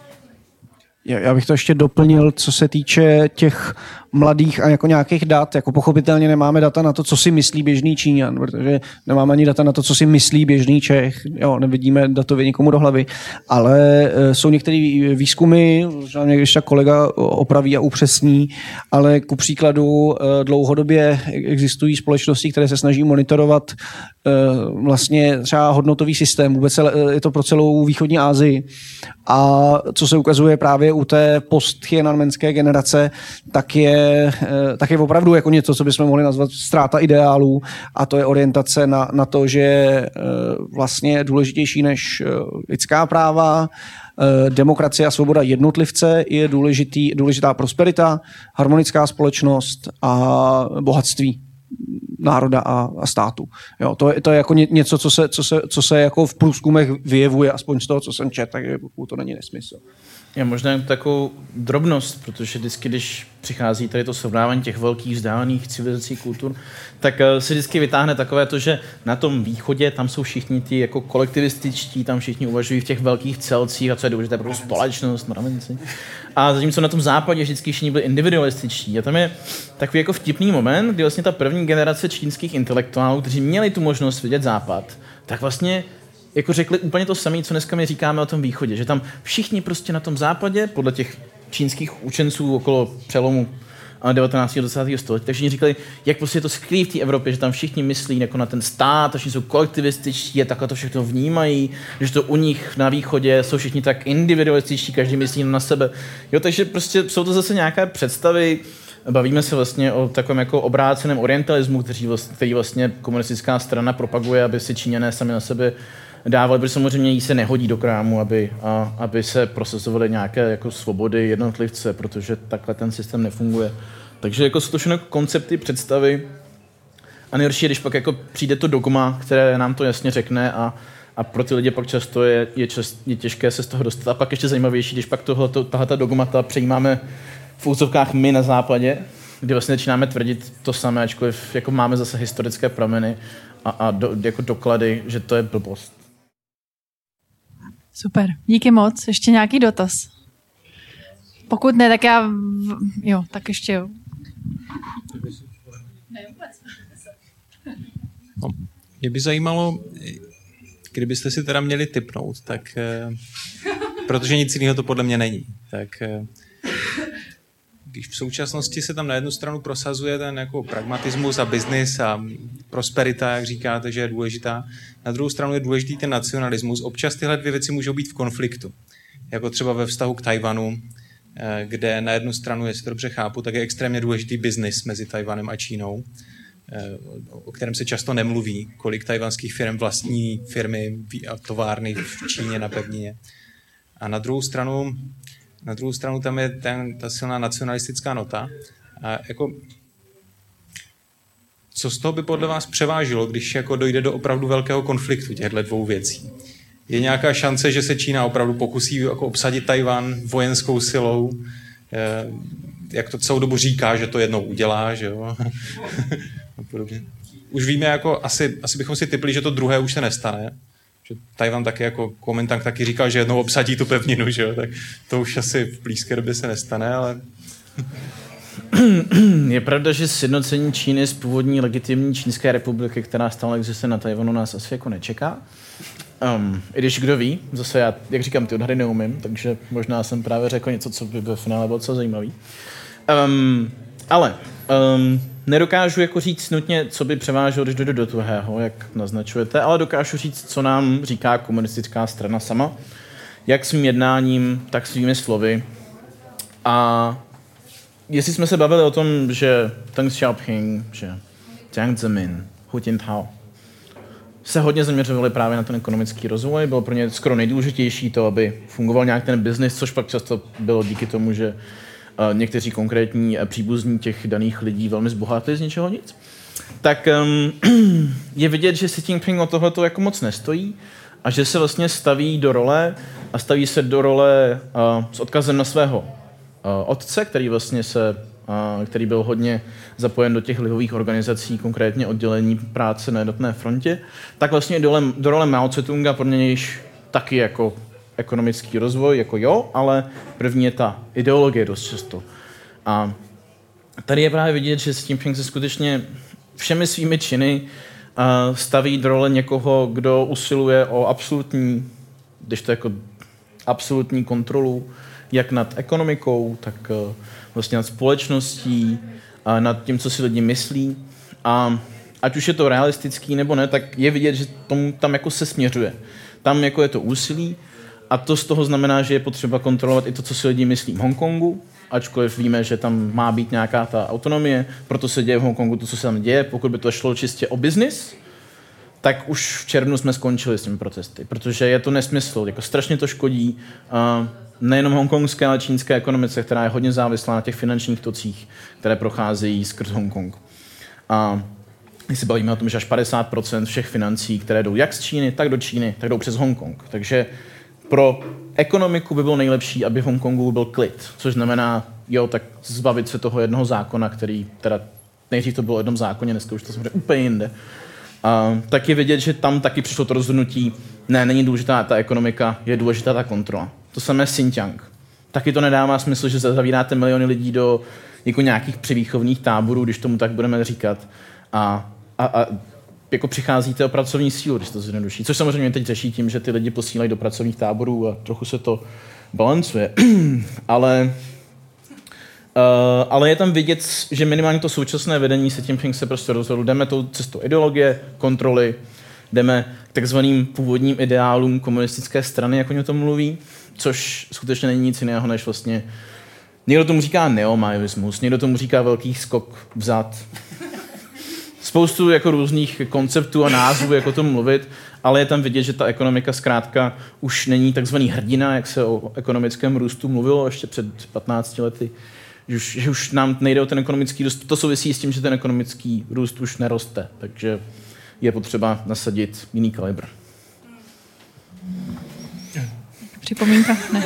Já bych to ještě doplnil, co se týče těch mladých a jako nějakých dat. Jako pochopitelně nemáme data na to, co si myslí běžný Číňan, protože nemáme ani data na to, co si myslí běžný Čech. Jo, nevidíme datově nikomu do hlavy. Ale jsou některé výzkumy, možná mě když tak kolega opraví a upřesní, ale ku příkladu dlouhodobě existují společnosti, které se snaží monitorovat vlastně třeba hodnotový systém. Vůbec je to pro celou východní Asii. A co se ukazuje právě u té post-tiananmenské generace, tak je, tak je opravdu jako něco, co bychom mohli nazvat ztráta ideálů, a to je orientace na, na to, že vlastně je důležitější než lidská práva, demokracie a svoboda jednotlivce, je důležitý, důležitá prosperita, harmonická společnost a bohatství národa a, a státu. Jo, to, je, to je jako ně, něco, co se, co, se, co se jako v průzkumech vyjevuje, aspoň z toho, co jsem četl, takže to není nesmysl. Je možná takovou drobnost, protože vždycky, když přichází tady to srovnávání těch velkých vzdálených civilizací, kultur, tak se vždycky vytáhne takové to, že na tom východě tam jsou všichni ti jako kolektivističtí, tam všichni uvažují v těch velkých celcích a co je důležité pro společnost, mravenci. A zatímco na tom západě vždycky všichni byli individualističtí. A tam je takový jako vtipný moment, kdy vlastně ta první generace čínských intelektuálů, kteří měli tu možnost vidět západ, tak vlastně jako řekli úplně to samé, co dneska my říkáme o tom východě, že tam všichni prostě na tom západě, podle těch čínských učenců okolo přelomu devatenáctého a dvacátého století, takže oni říkali, jak prostě je to skvělé v té Evropě, že tam všichni myslí jako na ten stát, všichni jsou kolektivističtí a takhle to všechno vnímají, že to u nich na východě jsou všichni tak individualističtí, každý myslí na sebe. Jo, takže prostě jsou to zase nějaké představy. Bavíme se vlastně o takovém jako obráceném orientalismu, který vlastně, který vlastně komunistická strana propaguje, aby si Číňané sami na sebe dávali, protože samozřejmě jí se nehodí do krámu, aby, a, aby se prosazovaly nějaké jako svobody jednotlivce, protože takhle ten systém nefunguje. Takže jako jsou to všechno koncepty, představy a nejhorší je, když pak jako přijde to dogma, které nám to jasně řekne a, a pro ty lidi pak často je, je, čas, je těžké se z toho dostat. A pak ještě zajímavější, když pak tohleto, tahleta dogmata přejímáme v úzovkách my na západě, kdy vlastně začínáme tvrdit to samé, ačkoliv jako máme zase historické prameny a, a do, jako doklady, že to je blbost. Super, díky moc. Ještě nějaký dotaz? Pokud ne, tak já... Jo, tak ještě jo. No, mě by zajímalo, kdybyste si teda měli tipnout, tak... Protože nic jiného to podle mě není. Tak když v současnosti se tam na jednu stranu prosazuje ten jako pragmatismus a biznis a prosperita, jak říkáte, že je důležitá, na druhou stranu je důležitý ten nacionalismus. Občas tyhle dvě věci můžou být v konfliktu. Jako třeba ve vztahu k Tajvanu, kde na jednu stranu, jestli to dobře chápu, tak je extrémně důležitý biznis mezi Tajvanem a Čínou, o kterém se často nemluví, kolik tajvanských firm vlastní firmy a továrny v Číně na pevnině. A na druhou stranu Na druhou stranu tam je ten, ta silná nacionalistická nota. A jako, co z toho by podle vás převážilo, když jako dojde do opravdu velkého konfliktu těchto dvou věcí? Je nějaká šance, že se Čína opravdu pokusí jako obsadit Tajvan vojenskou silou, jak to celou dobu říká, že to jednou udělá, že jo? A podobně. Už víme, jako asi, asi bychom si tipli, že to druhé už se nestane. Tajvan taky jako komentant taky říkal, že jednou obsadí tu pevninu, že jo? Tak to už asi v blízké době se nestane, ale... Je pravda, že sjednocení Číny z původní legitimní Čínské republiky, která stále existuje na Tajvanu, nás asi jako nečeká. Um, I když kdo ví, zase já, jak říkám, ty odhady neumím, takže možná jsem právě řekl něco, co by ve finále bylo co zajímavý. Um, ale um, nedokážu jako říct nutně, co by převáželo, když dojde do tuhého, jak naznačujete, ale dokážu říct, co nám říká komunistická strana sama, jak svým jednáním, tak svými slovy. A jestli jsme se bavili o tom, že Deng Xiaoping, že Jiang Zemin, Hu Jintao se hodně zaměřovali právě na ten ekonomický rozvoj, bylo pro ně skoro nejdůležitější to, aby fungoval nějak ten biznis, což pak často bylo díky tomu, že uh, někteří konkrétní příbuzní těch daných lidí velmi zbohatli z ničeho nic. Tak um, je vidět, že Xi Jinping o tohleto jako moc nestojí a že se vlastně staví do role a staví se do role uh, s odkazem na svého uh, otce, který vlastně se uh, který byl hodně zapojen do těch lihových organizací, konkrétně oddělení práce na jednotné frontě, tak vlastně do, do role Mao Tse-tunga pro nějž taky jako ekonomický rozvoj, jako jo, ale první je ta ideologie dost často. A tady je právě vidět, že Xi Jinping se skutečně všemi svými činy uh, staví do role někoho, kdo usiluje o absolutní, když to jako absolutní kontrolu, jak nad ekonomikou, tak uh, vlastně nad společností, uh, nad tím, co si lidi myslí. A ať už je to realistický nebo ne, tak je vidět, že tomu tam jako se směřuje. Tam jako je to úsilí a to z toho znamená, že je potřeba kontrolovat i to, co si lidi myslí v Hongkongu, ačkoliv víme, že tam má být nějaká ta autonomie, proto se děje v Hongkongu to, co se tam děje. Pokud by to šlo čistě o biznis, tak už v červnu jsme skončili s těmi protesty, protože je to nesmysl, jako strašně to škodí uh, nejenom hongkongské, ale čínské ekonomice, která je hodně závislá na těch finančních tocích, které procházejí skrz Hongkong. A my se bavíme o tom, že až padesát procent všech financí, které jdou jak z Číny, tak do Číny, tak jdou přes Hongkong. Takže pro ekonomiku by bylo nejlepší, aby v Hongkongu byl klid, což znamená, jo, tak zbavit se toho jednoho zákona, který teda nejdřív to bylo v jednom zákoně, dneska už to samozřejmě úplně jinde. Uh, tak je vidět, že tam taky přišlo to rozhodnutí, ne, není důležitá ta ekonomika, je důležitá ta kontrola. To samé Xinjiang. Taky to nedává smysl, že zavíráte miliony lidí do jako nějakých převýchovných táborů, když tomu tak budeme říkat. A, a, a jako přicházíte o pracovní sílu, když to zjednoduší. Což samozřejmě teď řeší tím, že ty lidi posílají do pracovních táborů a trochu se to balancuje. ale, uh, ale je tam vidět, že minimálně to současné vedení se tím se prostě rozhodl. Jdeme tou cestou ideologie, kontroly, jdeme k takzvaným původním ideálům komunistické strany, jak oni o tom mluví, což skutečně není nic jiného, než vlastně někdo tomu říká neomajoismus, někdo tomu říká velký skok vzad. Spoustu jako různých konceptů a názvů, jak o tom mluvit, ale je tam vidět, že ta ekonomika zkrátka už není takzvaný hrdina, jak se o ekonomickém růstu mluvilo ještě před patnácti lety, že už, že už nám nejde o ten ekonomický růst. To souvisí s tím, že ten ekonomický růst už neroste, takže je potřeba nasadit jiný kalibr. Připomínka? Ne.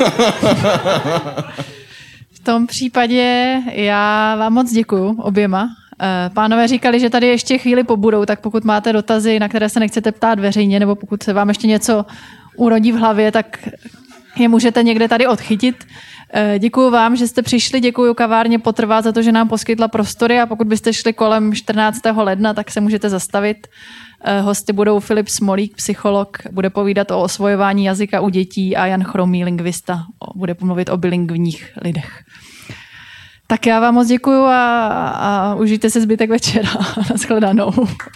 V tom případě já vám moc děkuju oběma. Pánové říkali, že tady ještě chvíli pobudou, tak pokud máte dotazy, na které se nechcete ptát veřejně, nebo pokud se vám ještě něco urodí v hlavě, tak je můžete někde tady odchytit. Děkuju vám, že jste přišli, děkuju kavárně Potrvá za to, že nám poskytla prostory a pokud byste šli kolem čtrnáctého ledna, tak se můžete zastavit. Hosty budou Filip Smolík, psycholog, bude povídat o osvojování jazyka u dětí a Jan Chromý, lingvista, bude pomluvit o bilingvních lidech. Tak já vám moc děkuju a, a užijte si zbytek večera. Nashledanou.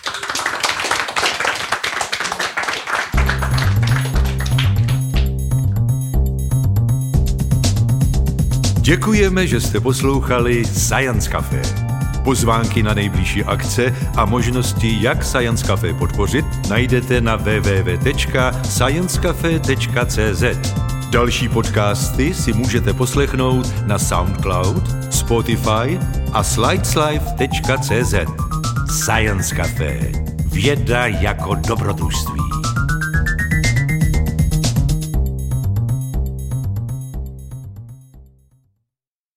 Děkujeme, že jste poslouchali Science Café. Pozvánky na nejbližší akce a možnosti, jak Science Café podpořit, najdete na w w w tečka science cafe tečka c z. Další podcasty si můžete poslechnout na SoundCloud, Spotify a slideslife tečka c z. Science Café. Věda jako dobrodružství.